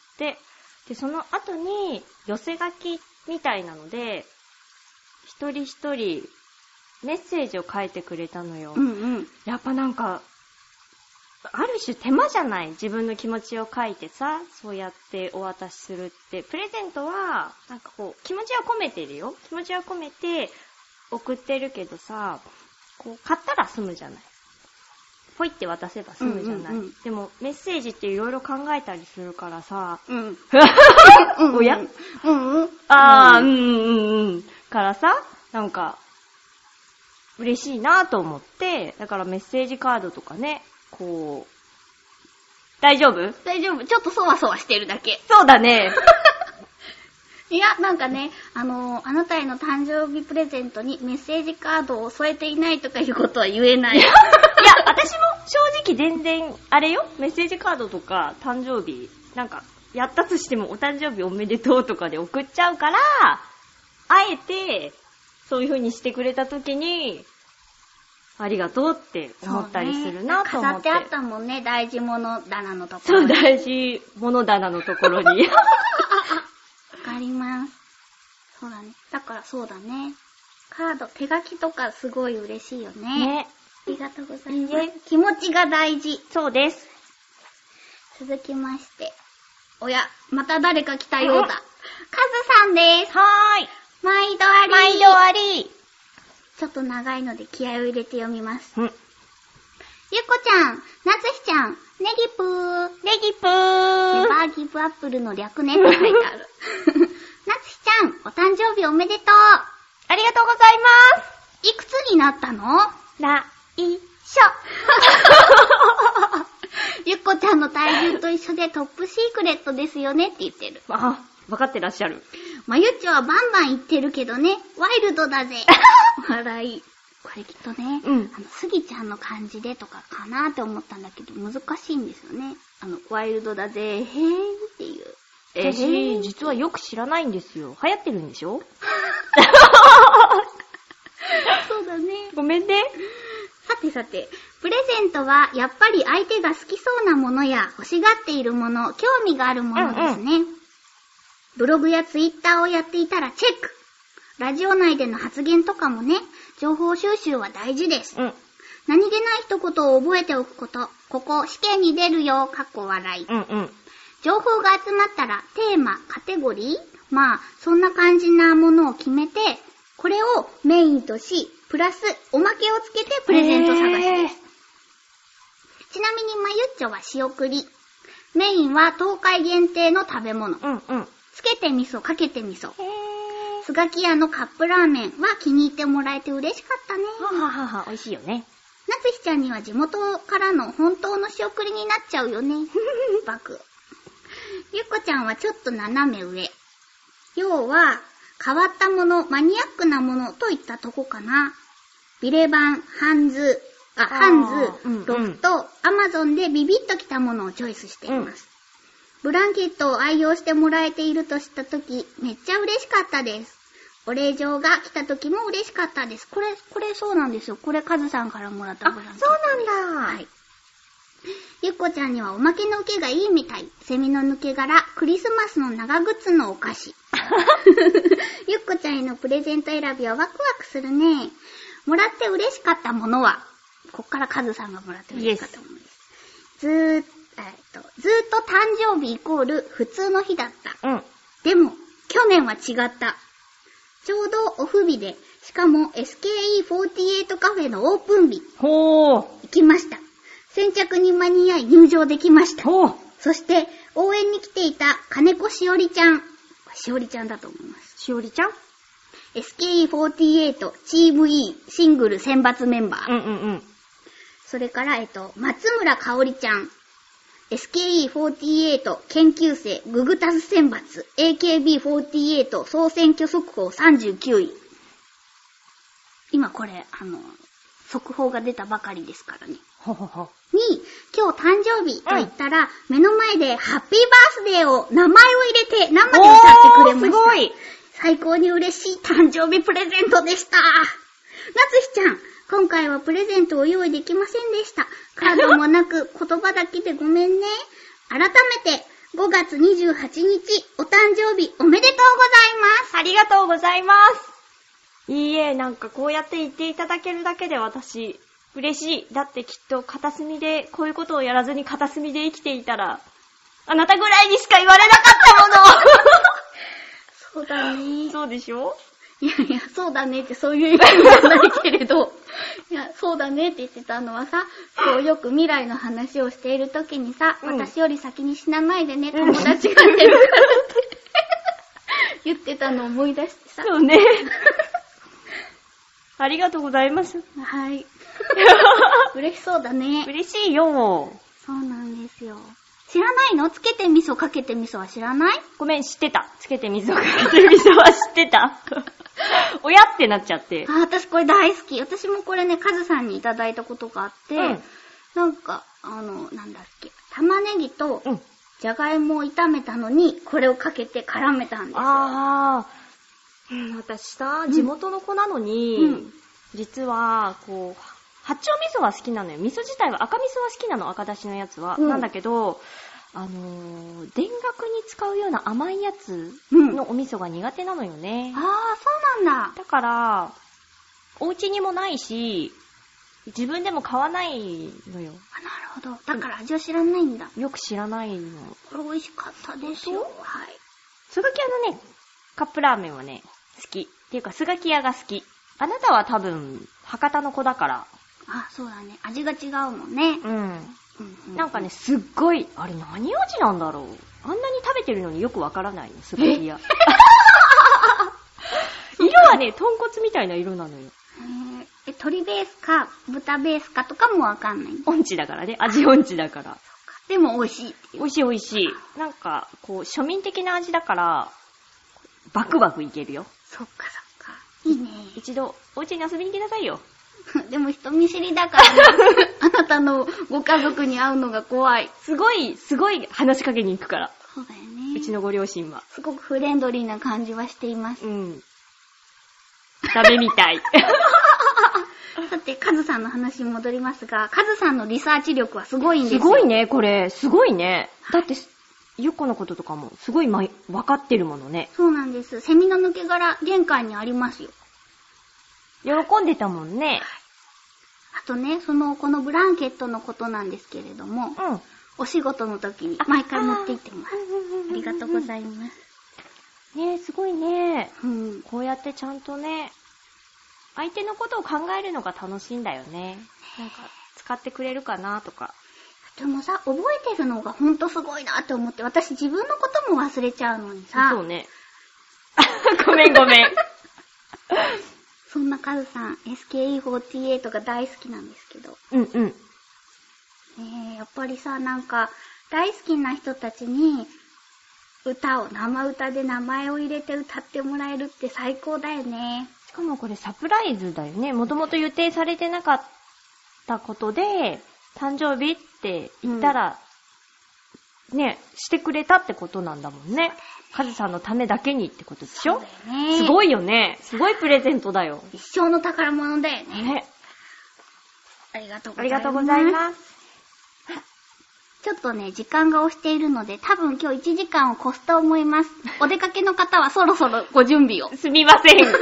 で、その後に寄せ書きみたいなので、一人一人メッセージを書いてくれたのよ。 うんうん、 やっぱなんか、ある種手間じゃない？自分の気持ちを書いてさ、そうやってお渡しするって。プレゼントは、なんかこう、気持ちは込めてるよ。気持ちは込めて送ってるけどさ、こう、買ったら済むじゃない。ポイって渡せば済むじゃない。うんうんうん、でも、メッセージっていろいろ考えたりするからさ、 うん。 おや？ うんうん。 あー、うんうんうん。からさ、なんか、嬉しいなと思って、だからメッセージカードとかね、こう、大丈夫？ 大丈夫。ちょっとそわそわしてるだけ。 そうだね。 いや、なんかね、あのー、あなたへの誕生日プレゼントにメッセージカードを添えていないとかいうことは言えない。いや、 私も正直全然、あれよ、メッセージカードとか誕生日、なんか、やったとしてもお誕生日おめでとうとかで送っちゃうから、あえて、そういう風にしてくれた時に、ありがとうって思ったりするなと思って。 飾ってあったもんね、大事物棚のところに。そう、大事物棚のところに。 わかります。そうだね。だからそうだね。カード、手書きとかすごい嬉しいよね。 ね。 ありがとうございます。ね、気持ちが大事。 そうです。 続きまして。おや、また誰か来たようだ。カズさんです。 はーい。 毎度あり。 毎度あり。 ちょっと長いので気合を入れて読みます。 うん。 ゆっこちゃん、なつひちゃん、ネギプー。 ネギプー。 ネバーギブアップルの略ねって書いてある。なつひちゃん、お誕生日おめでとう。 ありがとうございます。 いくつになったの？ な、い、しょ。 ゆっこちゃんの体重と一緒でトップシークレットですよねって言ってる。 あ、わかってらっしゃる。 まゆっちょはバンバン言ってるけどね、ワイルドだぜ。笑い。これきっとね、 うん、 あの、スギちゃんの感じでとかかなって思ったんだけど、難しいんですよね。あの、ワイルドだぜ、へーっていう。 えー、実はよく知らないんですよ。流行ってるんでしょ？ そうだね。 ごめんね。 さてさて、プレゼントはやっぱり相手が好きそうなものや欲しがっているもの、興味があるものですね。うんうん、ブログやツイッターをやっていたらチェック。ラジオ内での発言とかもね、情報収集は大事です。 うん、 何気ない一言を覚えておくこと。ここ試験に出るよ、かっこ笑い。 うんうん、 情報が集まったらテーマ、カテゴリー、まあそんな感じなものを決めて、これをメインとし、プラスおまけをつけてプレゼント探しです。ちなみにまゆっちょは仕送り。メインは東海限定の食べ物。 うんうん、 つけて味噌、かけて味噌。スガキ屋のカップラーメンは気に入ってもらえて嬉しかったね。 はははは、美味しいよね。 なつひちゃんには地元からの本当の仕送りになっちゃうよね。バク。ゆっこちゃんはちょっと斜め上。要は、変わったもの、マニアックなものといったとこかな。ビレバン、ハンズ、あ、ハンズ、うんうん、ロフト、アマゾンでビビッときたものをチョイスしています。 ブランケットを愛用してもらえていると知ったとき、めっちゃ嬉しかったです。お礼状が来たときも嬉しかったです。これ、これそうなんですよ。これカズさんからもらったブランケット。 そうなんだ。 はい。ゆっこちゃんにはおまけの受けがいいみたい。セミの抜け殻、クリスマスの長靴のお菓子。ゆっこちゃんへのプレゼント選びはワクワクするね。もらって嬉しかったものは、こっからカズさんがもらって嬉しかったものです。ずーっと、えっと、ずーっと誕生日イコール普通の日だった。 うん。 でも、去年は違った。ちょうどオフ日で、しかも エスケーイーフォーティーエイト カフェのオープン日。 ほー。 行きました。先着に間に合い入場できました。 ほー。 そして、応援に来ていた金子しおりちゃん。しおりちゃんだと思います。 しおりちゃんエスケーイーフォーティーエイト チーム E シングル選抜メンバー。 うんうんうん。 それから、えっと、松村かおりちゃん。エスケーイーフォーティーエイト 研究生ググタス選抜 エーケービーフォーティーエイト 総選挙速報さんじゅうきゅうい。今これ、あの、速報が出たばかりですからね。 ほほほ。 に、今日誕生日と言ったら、うん、目の前でハッピーバースデーを名前を入れて生で歌ってくれました。すごい。最高に嬉しい誕生日プレゼントでした。なつひちゃん、今回はプレゼントを用意できませんでした。カードもなく言葉だけでごめんね。改めてごがつにじゅうはちにちお誕生日おめでとうございます。 ありがとうございます。いいえ、なんかこうやって言っていただけるだけで私嬉しい。だってきっと片隅でこういうことをやらずに片隅で生きていたらあなたぐらいにしか言われなかったもの。 そうだね。 そうでしょ？ いやいや、そうだねってそういう意味じゃないけれど、いや、そうだねって言ってたのはさ、こうよく未来の話をしているときにさ、うん、私より先に死なないでね、友達が出るからって言ってたのを思い出してさ。 そうね。ありがとうございます。 はい。嬉しそうだね。 嬉しいよ。 そうなんですよ。知らないの？つけて味噌かけて味噌は知らない？ ごめん、知ってた。つけて味噌かけて味噌は知ってた。おやってなっちゃって。 あ、私これ大好き。私もこれね、カズさんにいただいたことがあって、うん、なんか、あの、なんだっけ、玉ねぎとじゃがいもを炒めたのに、これをかけて絡めたんですよ。 あー、うん、私さ、地元の子なのに、うん、実は、こう、八丁味噌は好きなのよ。味噌自体は赤味噌は好きなの、赤だしのやつは。うん、なんだけど、あのー、田楽に使うような甘いやつのお味噌が苦手なのよね。 うん、ああ、そうなんだ。 だから、お家にもないし、自分でも買わないのよ。 あ、なるほど。だから味を知らないんだ。 よく知らないの。 これ美味しかったですよ。はい。 スガキ屋のね、カップラーメンはね、好き。っていうか、スガキ屋が好き。あなたは多分、博多の子だから。 あ、そうだね。味が違うもんね。 うん。うんうん、なんかね、すっごい、あれ何味なんだろう。あんなに食べてるのによくわからないの、スガキ屋。色はね、豚骨みたいな色なのよ。 へえ、鶏ベースか、豚ベースかとかもわかんない。 音痴だからね、味音痴だから。 でも美味しいっていう。 美味しい美味しい。なんか、こう、庶民的な味だから、バクバクいけるよ。 そっかそっか。いいね。 一度、お家に遊びに来なさいよ。 でも人見知りだから、ね、あなたのご家族に会うのが怖い。 すごい、すごい話しかけに行くから。 そうだよね。 うちのご両親は。 すごくフレンドリーな感じはしています。 うん。ダメみたい。 さて、カズさんの話に戻りますが、カズさんのリサーチ力はすごいんですよ。 すごいね、これ。すごいね。だって、ゆっこのこととかもすごいま、分かってるものね。 そうなんです。セミの抜け殻、玄関にありますよ。 喜んでたもんね。 あとね、その、このブランケットのことなんですけれども、うん、お仕事の時に毎回持って行ってます。ありがとうございます。 ねえ、すごいね、 うん。 こうやってちゃんとね、相手のことを考えるのが楽しいんだよね。なんか、使ってくれるかなとか。 でもさ、覚えてるのがほんとすごいなって思って、私自分のことも忘れちゃうのにさ。 そうね。ごめんごめん。 そんなカズさん、エスケーイーフォーティーエイト が大好きなんですけど。 うんうん。 ねえ、やっぱりさ、なんか、大好きな人たちに、歌を、生歌で名前を入れて歌ってもらえるって最高だよね。 しかもこれサプライズだよね。もともと予定されてなかったことで、誕生日って言ったら、 ね、してくれたってことなんだもんね。カズさんのためだけにってことでしょ？ そうだよね。 すごいよね。すごいプレゼントだよ。 一生の宝物だよね。 ね。 ありがとうごあざいます。 りがとうございます。 ちょっとね、時間が押しているので、多分今日いちじかんを越すと思います。お出かけの方はそろそろご準備を。 すみません。 はぁ、そんな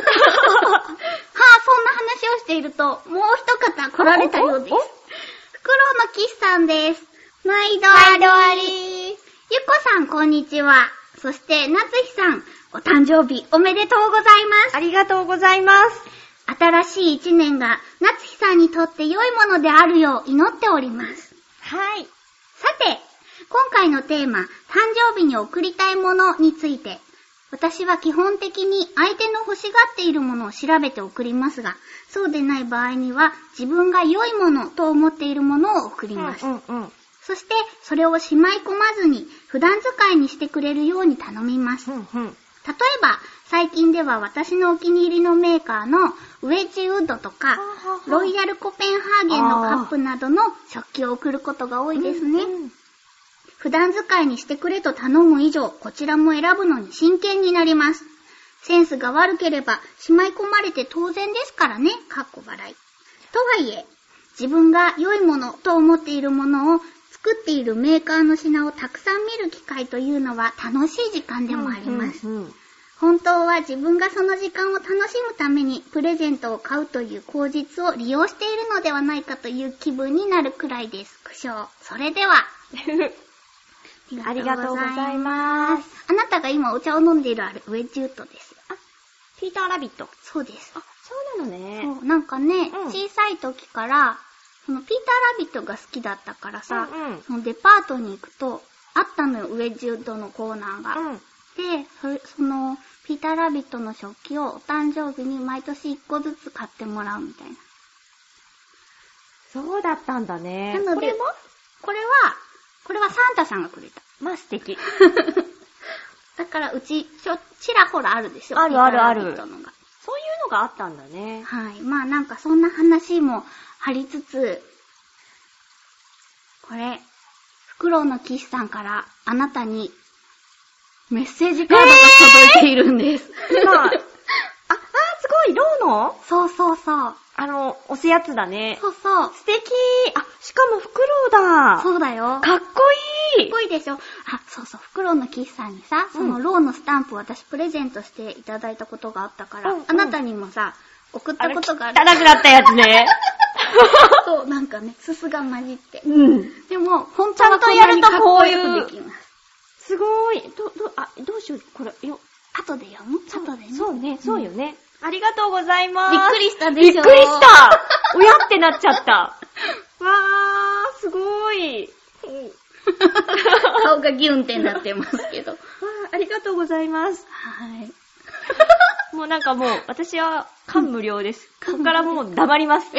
話をしていると、もう一方来られたようです。フクロウのキスさんです。毎度あり。 毎度あり。 ゆっこさん、こんにちは。そして、なつひさん、お誕生日おめでとうございます。 ありがとうございます。 新しい一年が、なつひさんにとって良いものであるよう祈っております。 はい。 さて、今回のテーマ、誕生日に贈りたいものについて、私は基本的に相手の欲しがっているものを調べて贈りますが、そうでない場合には自分が良いものと思っているものを贈ります。 うんうんうん、 そして、それをしまい込まずに普段使いにしてくれるように頼みます。 うんうん、 例えば、最近では私のお気に入りのメーカーのウェッジウッドとか、ロイヤルコペンハーゲンのカップなどの食器を贈ることが多いですね。うんうん、普段使いにしてくれと頼む以上、こちらも選ぶのに真剣になります。センスが悪ければしまい込まれて当然ですからね、かっこ笑い。とはいえ、自分が良いものと思っているものを作っているメーカーの品をたくさん見る機会というのは楽しい時間でもあります。うんうんうん、本当は自分がその時間を楽しむためにプレゼントを買うという口実を利用しているのではないかという気分になるくらいです。苦笑。それでは。 ありがとうございます。 あなたが今お茶を飲んでいるあれ、ウェッジウッドです。 あ、ピーターラビット。 そうです。 あ、そうなのね。 そう、なんかね、 うん、 小さい時から、そのピーターラビットが好きだったからさ、 うんうん、 そのデパートに行くと、あったのよ、ウェッジウッドのコーナーが。うん、で、それ、その、ピーターラビットの食器をお誕生日に毎年いっこずつ買ってもらうみたいな。 そうだったんだね。 なので、これもこれは、これはサンタさんがくれた。 まあ素敵。 だからうち、ちょ、ちらほらあるでしょ。 あるあるある。 ピーターラビットのが。 そういうのがあったんだね。 はい。まあなんかそんな話もありつつ、これ、フクロウのキスさんからあなたにメッセージカードが届いているんです。 えー、今、あ、あー、すごい、ローの？ そうそうそう。 あの、押すやつだね。 そうそう。 素敵。あ、しかもフクロウだ。 そうだよ。 かっこいい。 かっこいいでしょ。あ、そうそう。フクロウのキスさんにさ、そのローのスタンプを私プレゼントしていただいたことがあったから、うんうん、あなたにもさ、送ったことがある。 汚くなったやつね。 そう、なんかね、すすが混じって。 うん。 でも、本当はこんなにかっこよくできます。 すごい。ど、ど、あ、どうしよう、これ、よ。 後で読む？後でね。 そうね、そうよね。うん、ありがとうございます。 びっくりしたでしょ。 びっくりした。おやってなっちゃった。わー、すごい。 顔がギュンってなってますけど。わー、ありがとうございます。 はい。 もうなんかもう、私は感無量です。うん、ここからもう黙ります。 えー、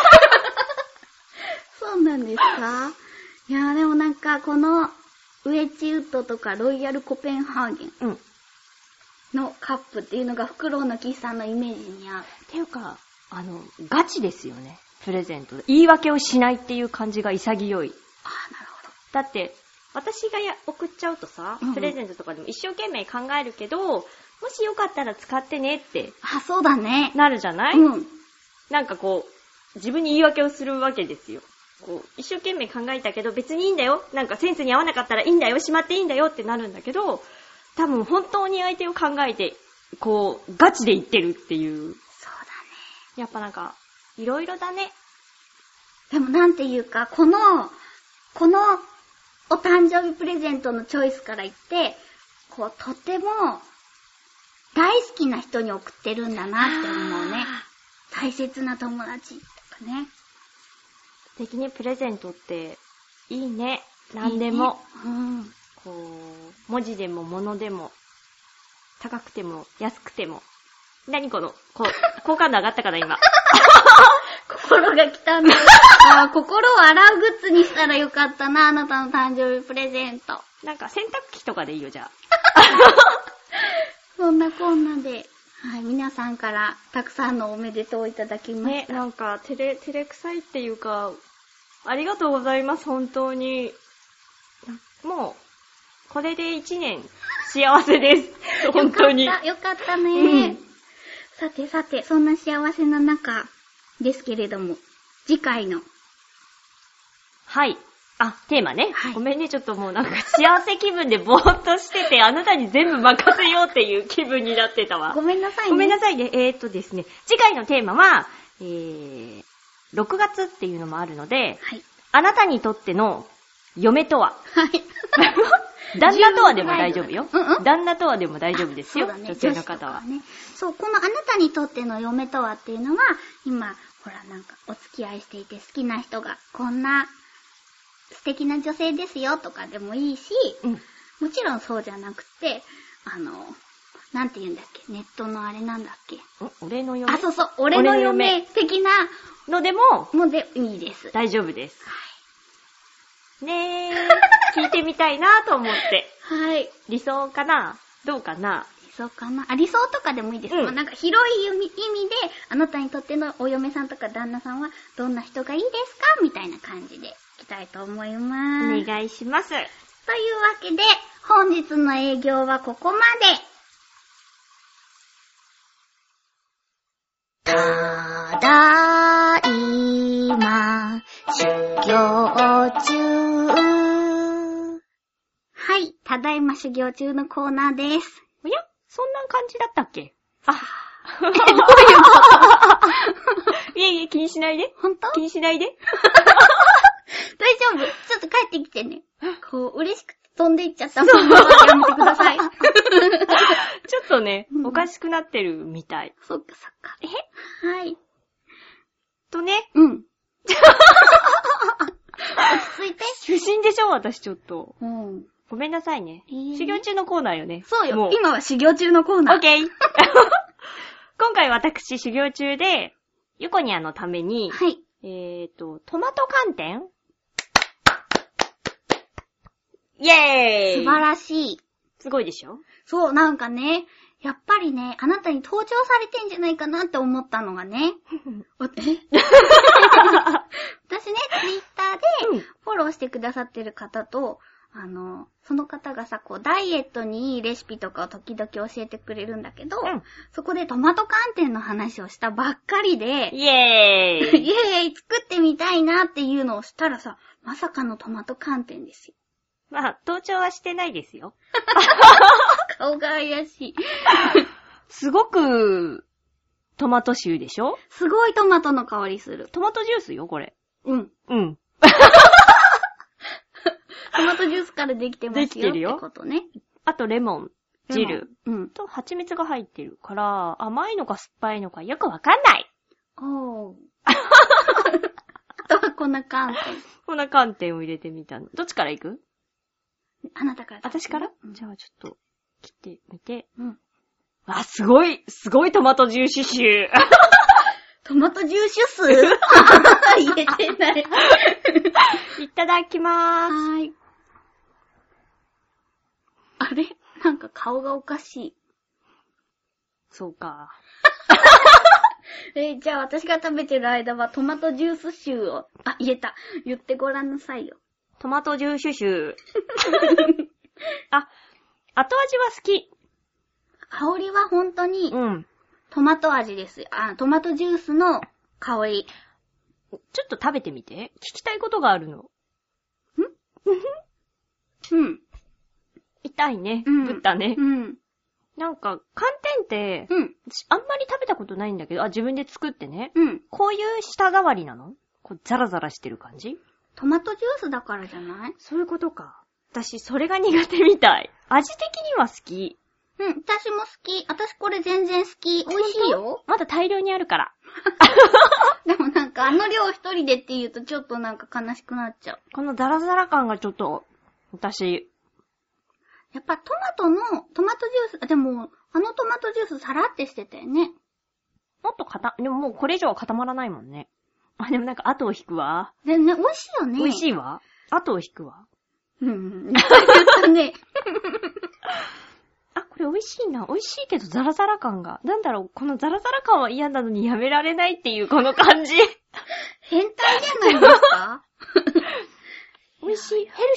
そうなんですか？いやーでもなんかこの、ウェッジウッドとかロイヤルコペンハーゲンのカップっていうのがフクロウのキスさんのイメージに合う。 っていうか、あの、ガチですよね。プレゼントで。言い訳をしないっていう感じが潔い。 ああ、なるほど。 だって、私がや送っちゃうとさ、うんうん、プレゼントとかでも一生懸命考えるけど、もしよかったら使ってねって。 あ、そうだね。 なるじゃない？ うん。 なんかこう、自分に言い訳をするわけですよ。こう一生懸命考えたけど別にいいんだよ。なんかセンスに合わなかったらいいんだよ。しまっていいんだよってなるんだけど、多分本当に相手を考えて、こう、ガチで言ってるっていう。 そうだね。 やっぱなんか、いろいろだね。 でもなんていうか、この、このお誕生日プレゼントのチョイスから言って、こう、とても大好きな人に送ってるんだなって思うね。大切な友達とかね。 素敵ね、プレゼントっていいね。何でも。 いいね、うん。 こう、文字でも物でも、高くても安くても。何この、こう、好感度上がったかな今。 心が来たんだ。あ、心を洗うグッズにしたらよかったな、あなたの誕生日プレゼント。 なんか洗濯機とかでいいよ、じゃあ。 そんなこんなで。はい、皆さんからたくさんのおめでとうをいただきました。 ね、なんか、照れ、照れくさいっていうか、ありがとうございます、本当に。もこれで一年幸せです。本当に。 よかった、よかったね、うん。さてさて、そんな幸せな中ですけれども、次回の。 はい。あ、テーマね、はい。ごめんね、ちょっともうなんか幸せ気分でぼーっとしてて、あなたに全部任せようっていう気分になってたわ。 ごめんなさいね。 ごめんなさいね。えーっとですね、次回のテーマは、えー、ろくがつっていうのもあるので、はい、あなたにとっての嫁とは、はい、旦那とはでも大丈夫よ、うんうん。旦那とはでも大丈夫ですよ。ね、女性の方は、 ね。そう、このあなたにとっての嫁とはっていうのは、今、ほらなんかお付き合いしていて好きな人がこんな素敵な女性ですよとかでもいいし、うん、もちろんそうじゃなくて、あの、なんて言うんだっけ、ネットのあれなんだっけ。 俺の嫁。 あ、そうそう、俺の嫁的なのでも、 もでいいです。 大丈夫です。はい。ねえ、聞いてみたいなと思って。はい。理想かな？どうかな？ 理想かな？あ、理想とかでもいいです。うん、まあ、なんか広い意味で、あなたにとってのお嫁さんとか旦那さんはどんな人がいいですかみたいな感じでいきたいと思います。 お願いします。というわけで、本日の営業はここまで。ただいま、修行中。はい、ただいま修行中のコーナーです。 おや？そんな感じだったっけ？あ、 どういうこといえいえ、気にしないで。 ほんと？ 気にしないで。 大丈夫。ちょっと帰ってきてね。こう、嬉しくて飛んでいっちゃったものはやめてください。 ちょっとね、うん、おかしくなってるみたい。 そっかそっか。 え？ はい。 とね。 うん。落ち着いて。 不審でしょ私ちょっと。 うん。 ごめんなさいね。修行中のコーナーよね。 そうよ。今は修行中のコーナー。 オッケー。今回私修行中で、ゆこにゃんのために、はい。えーと、トマト寒天？イェーイ！ 素晴らしい。 すごいでしょ？ そう、なんかね、やっぱりね、あなたに登場されてんじゃないかなって思ったのがね。私ね、ツイッターでフォローしてくださってる方と、あの、その方がさ、こう、ダイエットにいいレシピとかを時々教えてくれるんだけど、うん、そこでトマト寒天の話をしたばっかりで、 イエーイイエーイ作ってみたいなっていうのをしたらさ、まさかのトマト寒天ですよ。 まあ、登頂はしてないですよ。 顔が怪しい。 すごく、トマト臭でしょ？ すごいトマトの香りする。 トマトジュースよ、これ。 うん。 うん。 トマトジュースからできてますよ。できてるよ。ってことね。 あとレモン汁。うん。と蜂蜜が入ってるから、甘いのか酸っぱいのかよくわかんない。 おー。あとは粉寒天。 粉寒天を入れてみたの。どっちからいく？ あなたから。 私から、うん、じゃあちょっと切ってみて。うん。わ、すごい、すごいトマトジューシュ臭。 トマトジューシュ数入れてない。 いただきまーす。 はーい。あれ？なんか顔がおかしい。 そうか。 えー、じゃあ私が食べてる間はトマトジュース臭を、あ、言えた。言ってごらんなさいよ。 トマトジューシュ臭。あ、後味は好き。 香りは本当に、うん。トマト味です。あ、トマトジュースの香り。 ちょっと食べてみて。聞きたいことがあるの。ん？ うん。 痛いね。うん。ぶったね。 うん。 なんか、寒天って、うん。あんまり食べたことないんだけど、あ、自分で作ってね。 うん。 こういう舌触りなの？こう、ザラザラしてる感じ？ トマトジュースだからじゃない？ そういうことか。私、それが苦手みたい。味的には好き。 うん、私も好き。私これ全然好き。美味しいよ。 まだ大量にあるから。 でもなんかあの量一人でって言うとちょっとなんか悲しくなっちゃう。 このザラザラ感がちょっと、私。 やっぱトマトの、トマトジュース、でも、あのトマトジュースさらってしてたよね。 もっと固、でももうこれ以上は固まらないもんね。あ、でもなんか後を引くわ。 でね、美味しいよね。 美味しいわ。後を引くわ。 うん。言ったね。 あ、これ美味しいな。美味しいけどザラザラ感が。なんだろう、このザラザラ感は嫌なのにやめられないっていうこの感じ。 変態じゃないですか？ 美味しい。ヘル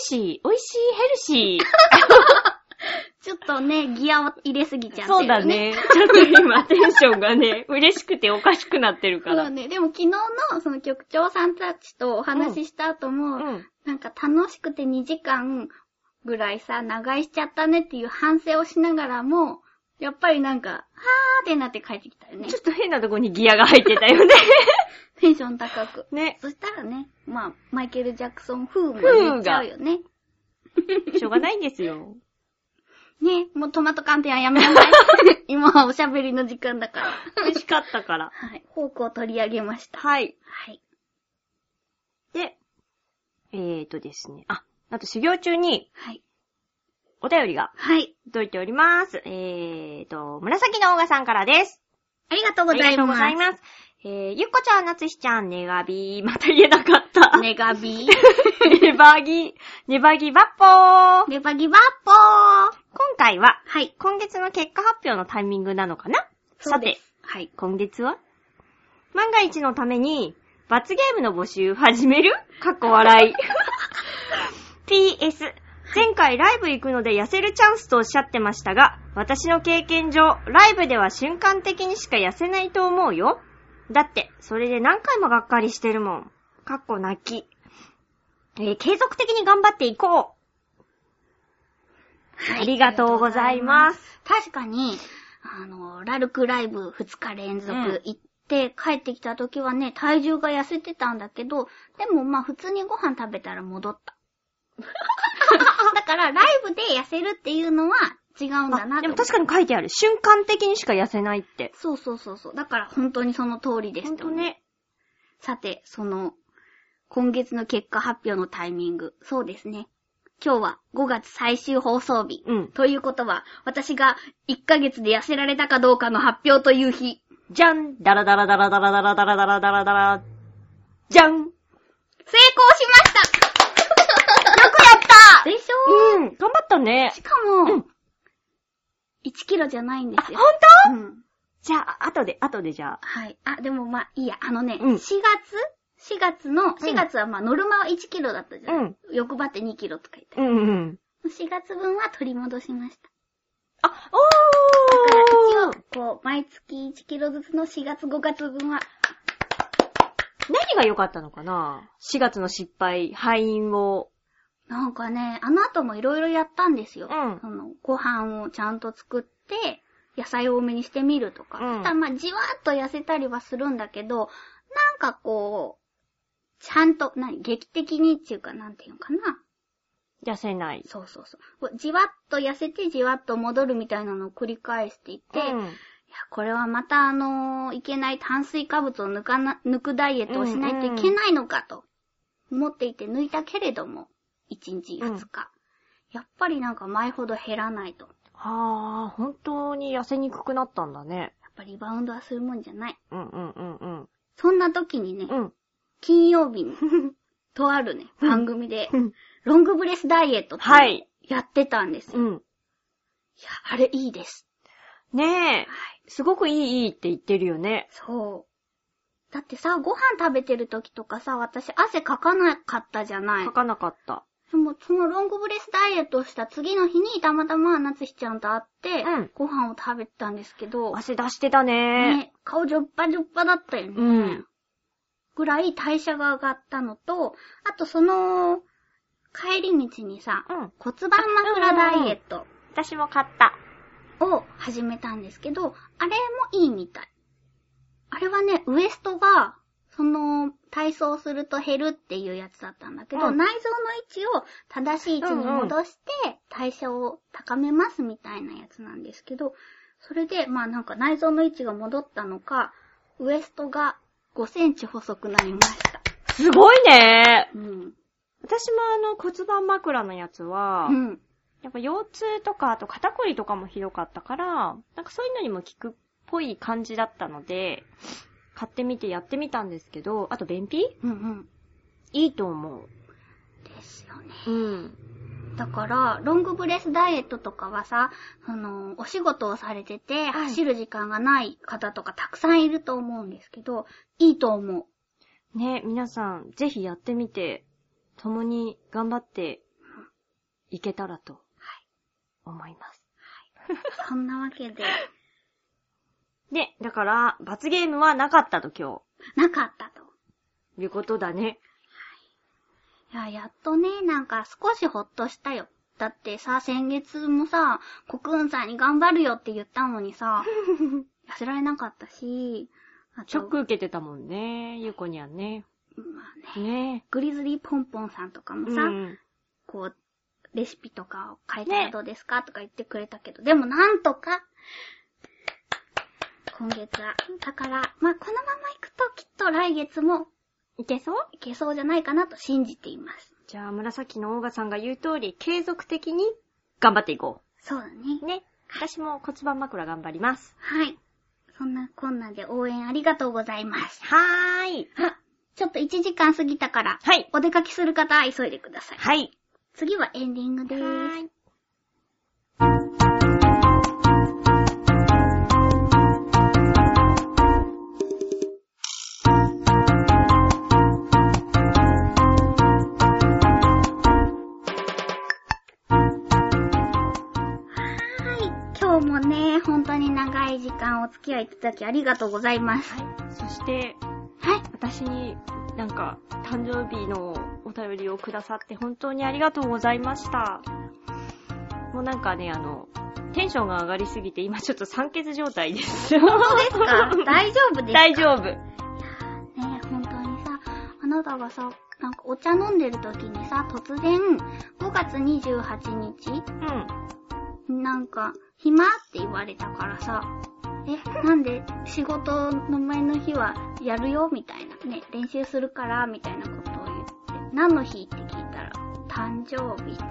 シー、美味しいヘルシー。 ちょっとね、ギアを入れすぎちゃってる、ね。 そうだね。ちょっと今テンションがね、嬉しくておかしくなってるから。 そうね。でも昨日のその局長さんたちとお話しした後も、うん、なんか楽しくてにじかんぐらいさ、長居しちゃったねっていう反省をしながらも、やっぱりなんか、はーってなって帰ってきたよね。 ちょっと変なとこにギアが入ってたよね。 テンション高く。 ね。 そしたらね、まあ、マイケル・ジャクソン風も言っちゃうよね。 しょうがないんですよ。 ね、もうトマト寒天はやめなさい。今はおしゃべりの時間だから。 美味しかったから。 はい。フォークを取り上げました。 はい。 はい。 で、えーとですね。あ、あと修行中に、 はい。 お便りが、 はい。 届いております。えーと、紫のオーガさんからです。 ありがとうございます。 ありがとうございます。えー、ゆっこちゃん、なつひちゃん、ねがびー、また言えなかった。 ねがびー。 ねばぎ、ねばぎばっぽー。 ねばぎばっぽー。 今回は、 はい。 今月の結果発表のタイミングなのかな？さて、 はい。 今月は万が一のために、罰ゲームの募集始める？かっこ笑い。ピーエス、前回ライブ行くので痩せるチャンスとおっしゃってましたが、私の経験上、ライブでは瞬間的にしか痩せないと思うよ。だって、それで何回もがっかりしてるもん。かっこ泣き。えー、継続的に頑張っていこう。はい。ありがとうございます。 確かに、あの、ラルクライブふつか連続行って帰ってきた時はね、体重が痩せてたんだけど、でもまあ普通にご飯食べたら戻った。だからライブで痩せるっていうのは違うんだなって。 でも確かに書いてある。瞬間的にしか痩せないって。 そうそうそうそう。だから本当にその通りです。 本当ね。 さて、その、今月の結果発表のタイミング。そうですね。今日はごがつ最終放送日。 うん。 ということは、私がいっかげつで痩せられたかどうかの発表という日。 じゃん！ダラダラダラダラダラダラダラダラダラ。じゃん！成功しましたよくやったでしょーうん。頑張ったね。 しかも、 うん、 いちキロじゃないんですよ。 あ、ほんと？ うん。 じゃあ、後で、後でじゃあ。 はい。あ、でもまあ、いいや。あのね、 うん、 しがつ ?し 月の、しがつはまあ、ノルマはいちキロだったじゃん。うん。欲張ってにキロとか言って。 うんうんうん。 しがつぶんは取り戻しました。 あ、おーだから一応、こう、毎月いちキロずつのしがつごがつぶんは、 何が良かったのかな？ し 月の失敗、敗因を。 なんかね、あの後もいろいろやったんですよ。 うん。 その、ご飯をちゃんと作って、野菜を多めにしてみるとか。うん、そしたらまあ、じわーっと痩せたりはするんだけど、なんかこう、ちゃんと、何、劇的にっていうか、なんていうのかな。 痩せない。 そうそうそう。じわっと痩せて、じわっと戻るみたいなのを繰り返していて、うん、いや、これはまたあのー、いけない炭水化物を抜かな、抜くダイエットをしないといけないのかと思っていて抜いたけれども、いちにちふつか、うん。やっぱりなんか前ほど減らないと。 はあ、本当に痩せにくくなったんだね。 やっぱリバウンドはするもんじゃない。 うんうんうんうん。 そんな時にね、 うん、 金曜日に、とあるね、番組で、ロングブレスダイエットってやってたんですよ。はい、うん。いや、あれいいです。 ねえ、はい。すごくいいいいって言ってるよね。 そう。だってさ、ご飯食べてる時とかさ、私汗かかなかったじゃない。 かかなかった。 でも、そのロングブレスダイエットをした次の日にたまたま夏日ちゃんと会って、うん、ご飯を食べてたんですけど。 汗出してたね。 ね、顔ジョッパジョッパだったよね。うん。ぐらい代謝が上がったのと、あとその、帰り道にさ、うん、骨盤枕ダイエット。 私も買った。 を始めたんですけど、あれもいいみたい。あれはね、ウエストが、その、体操すると減るっていうやつだったんだけど、うん、内臓の位置を正しい位置に戻して、代謝を高めますみたいなやつなんですけど、それで、まあなんか内臓の位置が戻ったのか、ウエストがごセンチ細くなりました。 すごいね。 うん。 私もあの骨盤枕のやつは、うん、やっぱ腰痛とか、あと肩こりとかもひどかったから、なんかそういうのにも効くっぽい感じだったので、買ってみてやってみたんですけど、あと便秘？ うんうん。 いいと思う。 ですよね。 うん。 だから、ロングブレスダイエットとかはさ、その、お仕事をされてて、走る時間がない方とかたくさんいると思うんですけど、いいと思う。 ね、皆さん、ぜひやってみて、共に頑張っていけたらと思います。 はい。そんなわけで。 で、だから、罰ゲームはなかったと今日。なかったと。 いうことだね。 はい。いや、やっとね、なんか少しほっとしたよ。だってさ、先月もさ、コクーンさんに頑張るよって言ったのにさ、痩せられなかったし、 あとショック受けてたもんね、ゆうこにゃんね。 まあね。 ねグリズリーポンポンさんとかもさ、うん、こう、レシピとかを書いたらどうですか、ね、とか言ってくれたけど、でもなんとか、今月は、だから、まあ、このまま行くときっと来月も、 いけそういけそうじゃないかなと信じています。 じゃあ、紫のオーガさんが言う通り、継続的に頑張っていこう。そうだね。 ね。私も骨盤枕頑張ります。 はい。そんなこんなで応援ありがとうございます。 はーい。 あ、ちょっといちじかん過ぎたから、 はい。 お出かけする方は急いでください。 はい。 次はエンディングでーす。はーい。長い時間お付き合いいただきありがとうございます。 はい。そして、 はい。 私になんか誕生日のお便りをくださって本当にありがとうございました。もうなんかね、あの、テンションが上がりすぎて今ちょっと酸欠状態です。 本当ですか？大丈夫ですか？ 大丈夫。 ねえ、本当にさ、あなたがさ、なんかお茶飲んでる時にさ、突然ごがつにじゅうはちにち、うん。なんか、暇って言われたからさ、え、なんで仕事の前の日はやるよみたいなね、練習するからみたいなことを言って、何の日って聞いたら、誕生日って。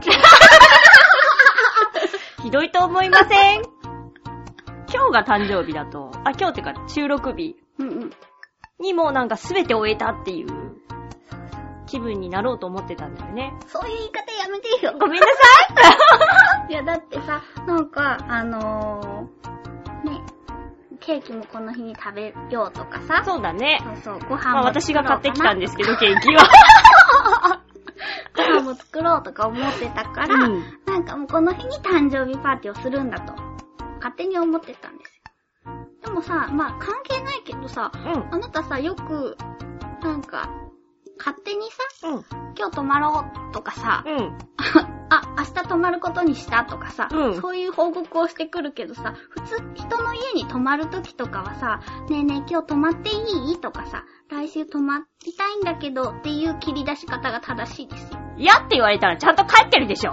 ひどいと思いません？今日が誕生日だと、あ、今日ってか収録日うんうんにもなんか全て終えたっていう気分になろうと思ってたんだよね。 そういう言い方やめてよ。 ごめんなさい。いやだってさ、なんかあのー、ね、ケーキもこの日に食べようとかさ。 そうだね。 そうそう、ご飯も作ろうかな。 まあ私が買ってきたんですけど、ケーキは。 ご飯も作ろうとか思ってたから、うん、なんかもうこの日に誕生日パーティーをするんだと、勝手に思ってたんですよ。でもさ、まあ関係ないけどさ、うん、あなたさ、よく、なんか、勝手にさ、うん、今日泊まろうとかさ、うん、あ、明日泊まることにしたとかさ、うん、そういう報告をしてくるけどさ、普通人の家に泊まるときとかはさ、ねえねえ今日泊まっていいとかさ、来週泊まりたいんだけどっていう切り出し方が正しいですよ。 いやって言われたらちゃんと帰ってるでしょ？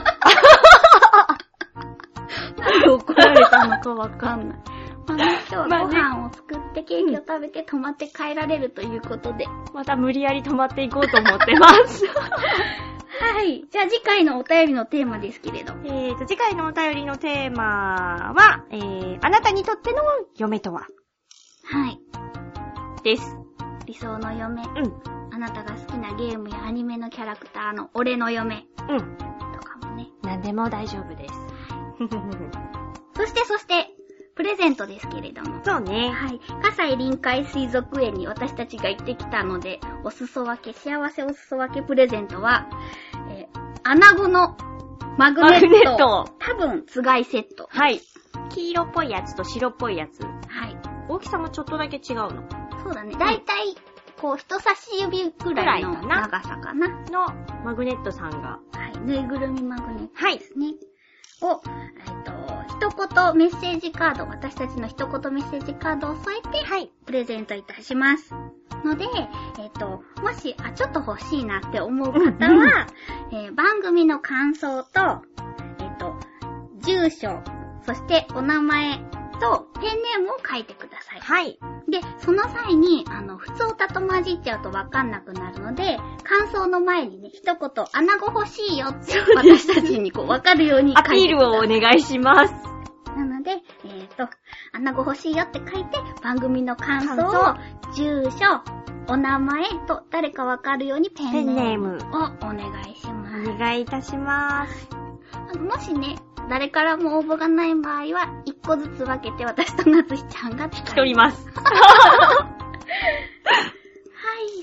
なんで怒られたのかわかんない。まあね、今日はご飯を作ってケーキを食べて泊まって帰られるということで。 また無理やり泊まっていこうと思ってます。 はい。じゃあ次回のお便りのテーマですけれど。 えーと、次回のお便りのテーマは、えー、あなたにとっての嫁とは？ はい。 です。 理想の嫁。 うん。 あなたが好きなゲームやアニメのキャラクターの俺の嫁。 うん。 とかもね。 何でも大丈夫です。 そしてそして、プレゼントですけれども。 そうね。 はい。葛西臨海水族園に私たちが行ってきたので、お裾分け、幸せお裾分けプレゼントは、えー、アナゴのマグネット。マグネット。多分、つがいセット。 はい。黄色っぽいやつと白っぽいやつ。 はい。 大きさもちょっとだけ違うの。 そうだね。だいたい、こう、人差し指くらいの長さかな。 の、マグネットさんが。 はい。ぬいぐるみマグネットですね。はい。を、えっと、一言メッセージカード、私たちの一言メッセージカードを添えて、はい、プレゼントいたします。ので、えっと、もし、あ、ちょっと欲しいなって思う方は、うんえー、番組の感想と、えっと、住所、そしてお名前とペンネームを書いてください。 はい。 で、その際に、あの、普通歌と混じっちゃうとわかんなくなるので、感想の前にね、一言、アナゴ欲しいよって私たちにこう、わかるように書いてください。アピールをお願いします。 なので、えっと、アナゴ欲しいよって書いて、番組の感想を、住所、お名前と誰かわかるようにペンネームをお願いします。 お願いいたします。 あのもしね、誰からも応募がない場合は、一個ずつ分けて私となつひちゃんが引き取ります。 はい、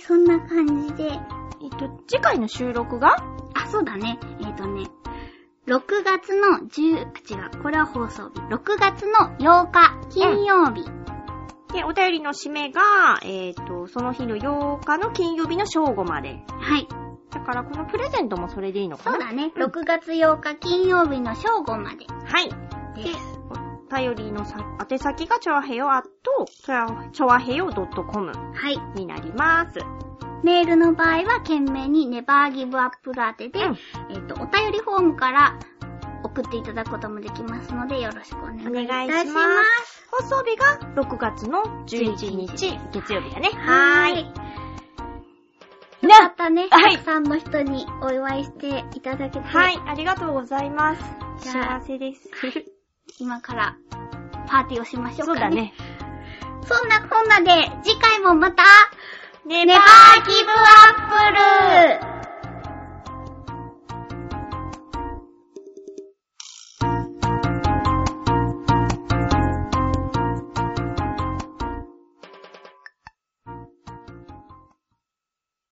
そんな感じで。 えっと、次回の収録が？ あ、そうだね。えっとね、 ろくがつのじゅう、あ、違う、これは放送日。ろくがつのようか、金曜日。うんで、お便りの締めが、えっと、その日のようかの金曜日の正午まで。 はい。 だからこのプレゼントもそれでいいのかな？ そうだね。うん、ろくがつようか金曜日の正午まで。 はい。で、お便りのさ宛先がちょわへよアット、ちょわへよ .com になります。はい。 メールの場合は懸命にネバーギブアップラテで、うん、えっと、お便りフォームから送っていただくこともできますのでよろしくお願いいたします。します放送日がろくがつのじゅういちにち月曜日だね。 はーい。よかったね。たくさんの人にお祝いしていただけて。 はい、ありがとうございます。幸せです。 今からパーティーをしましょうかね。 そうだね。 そんなこんなで次回もまたネバーギブアップル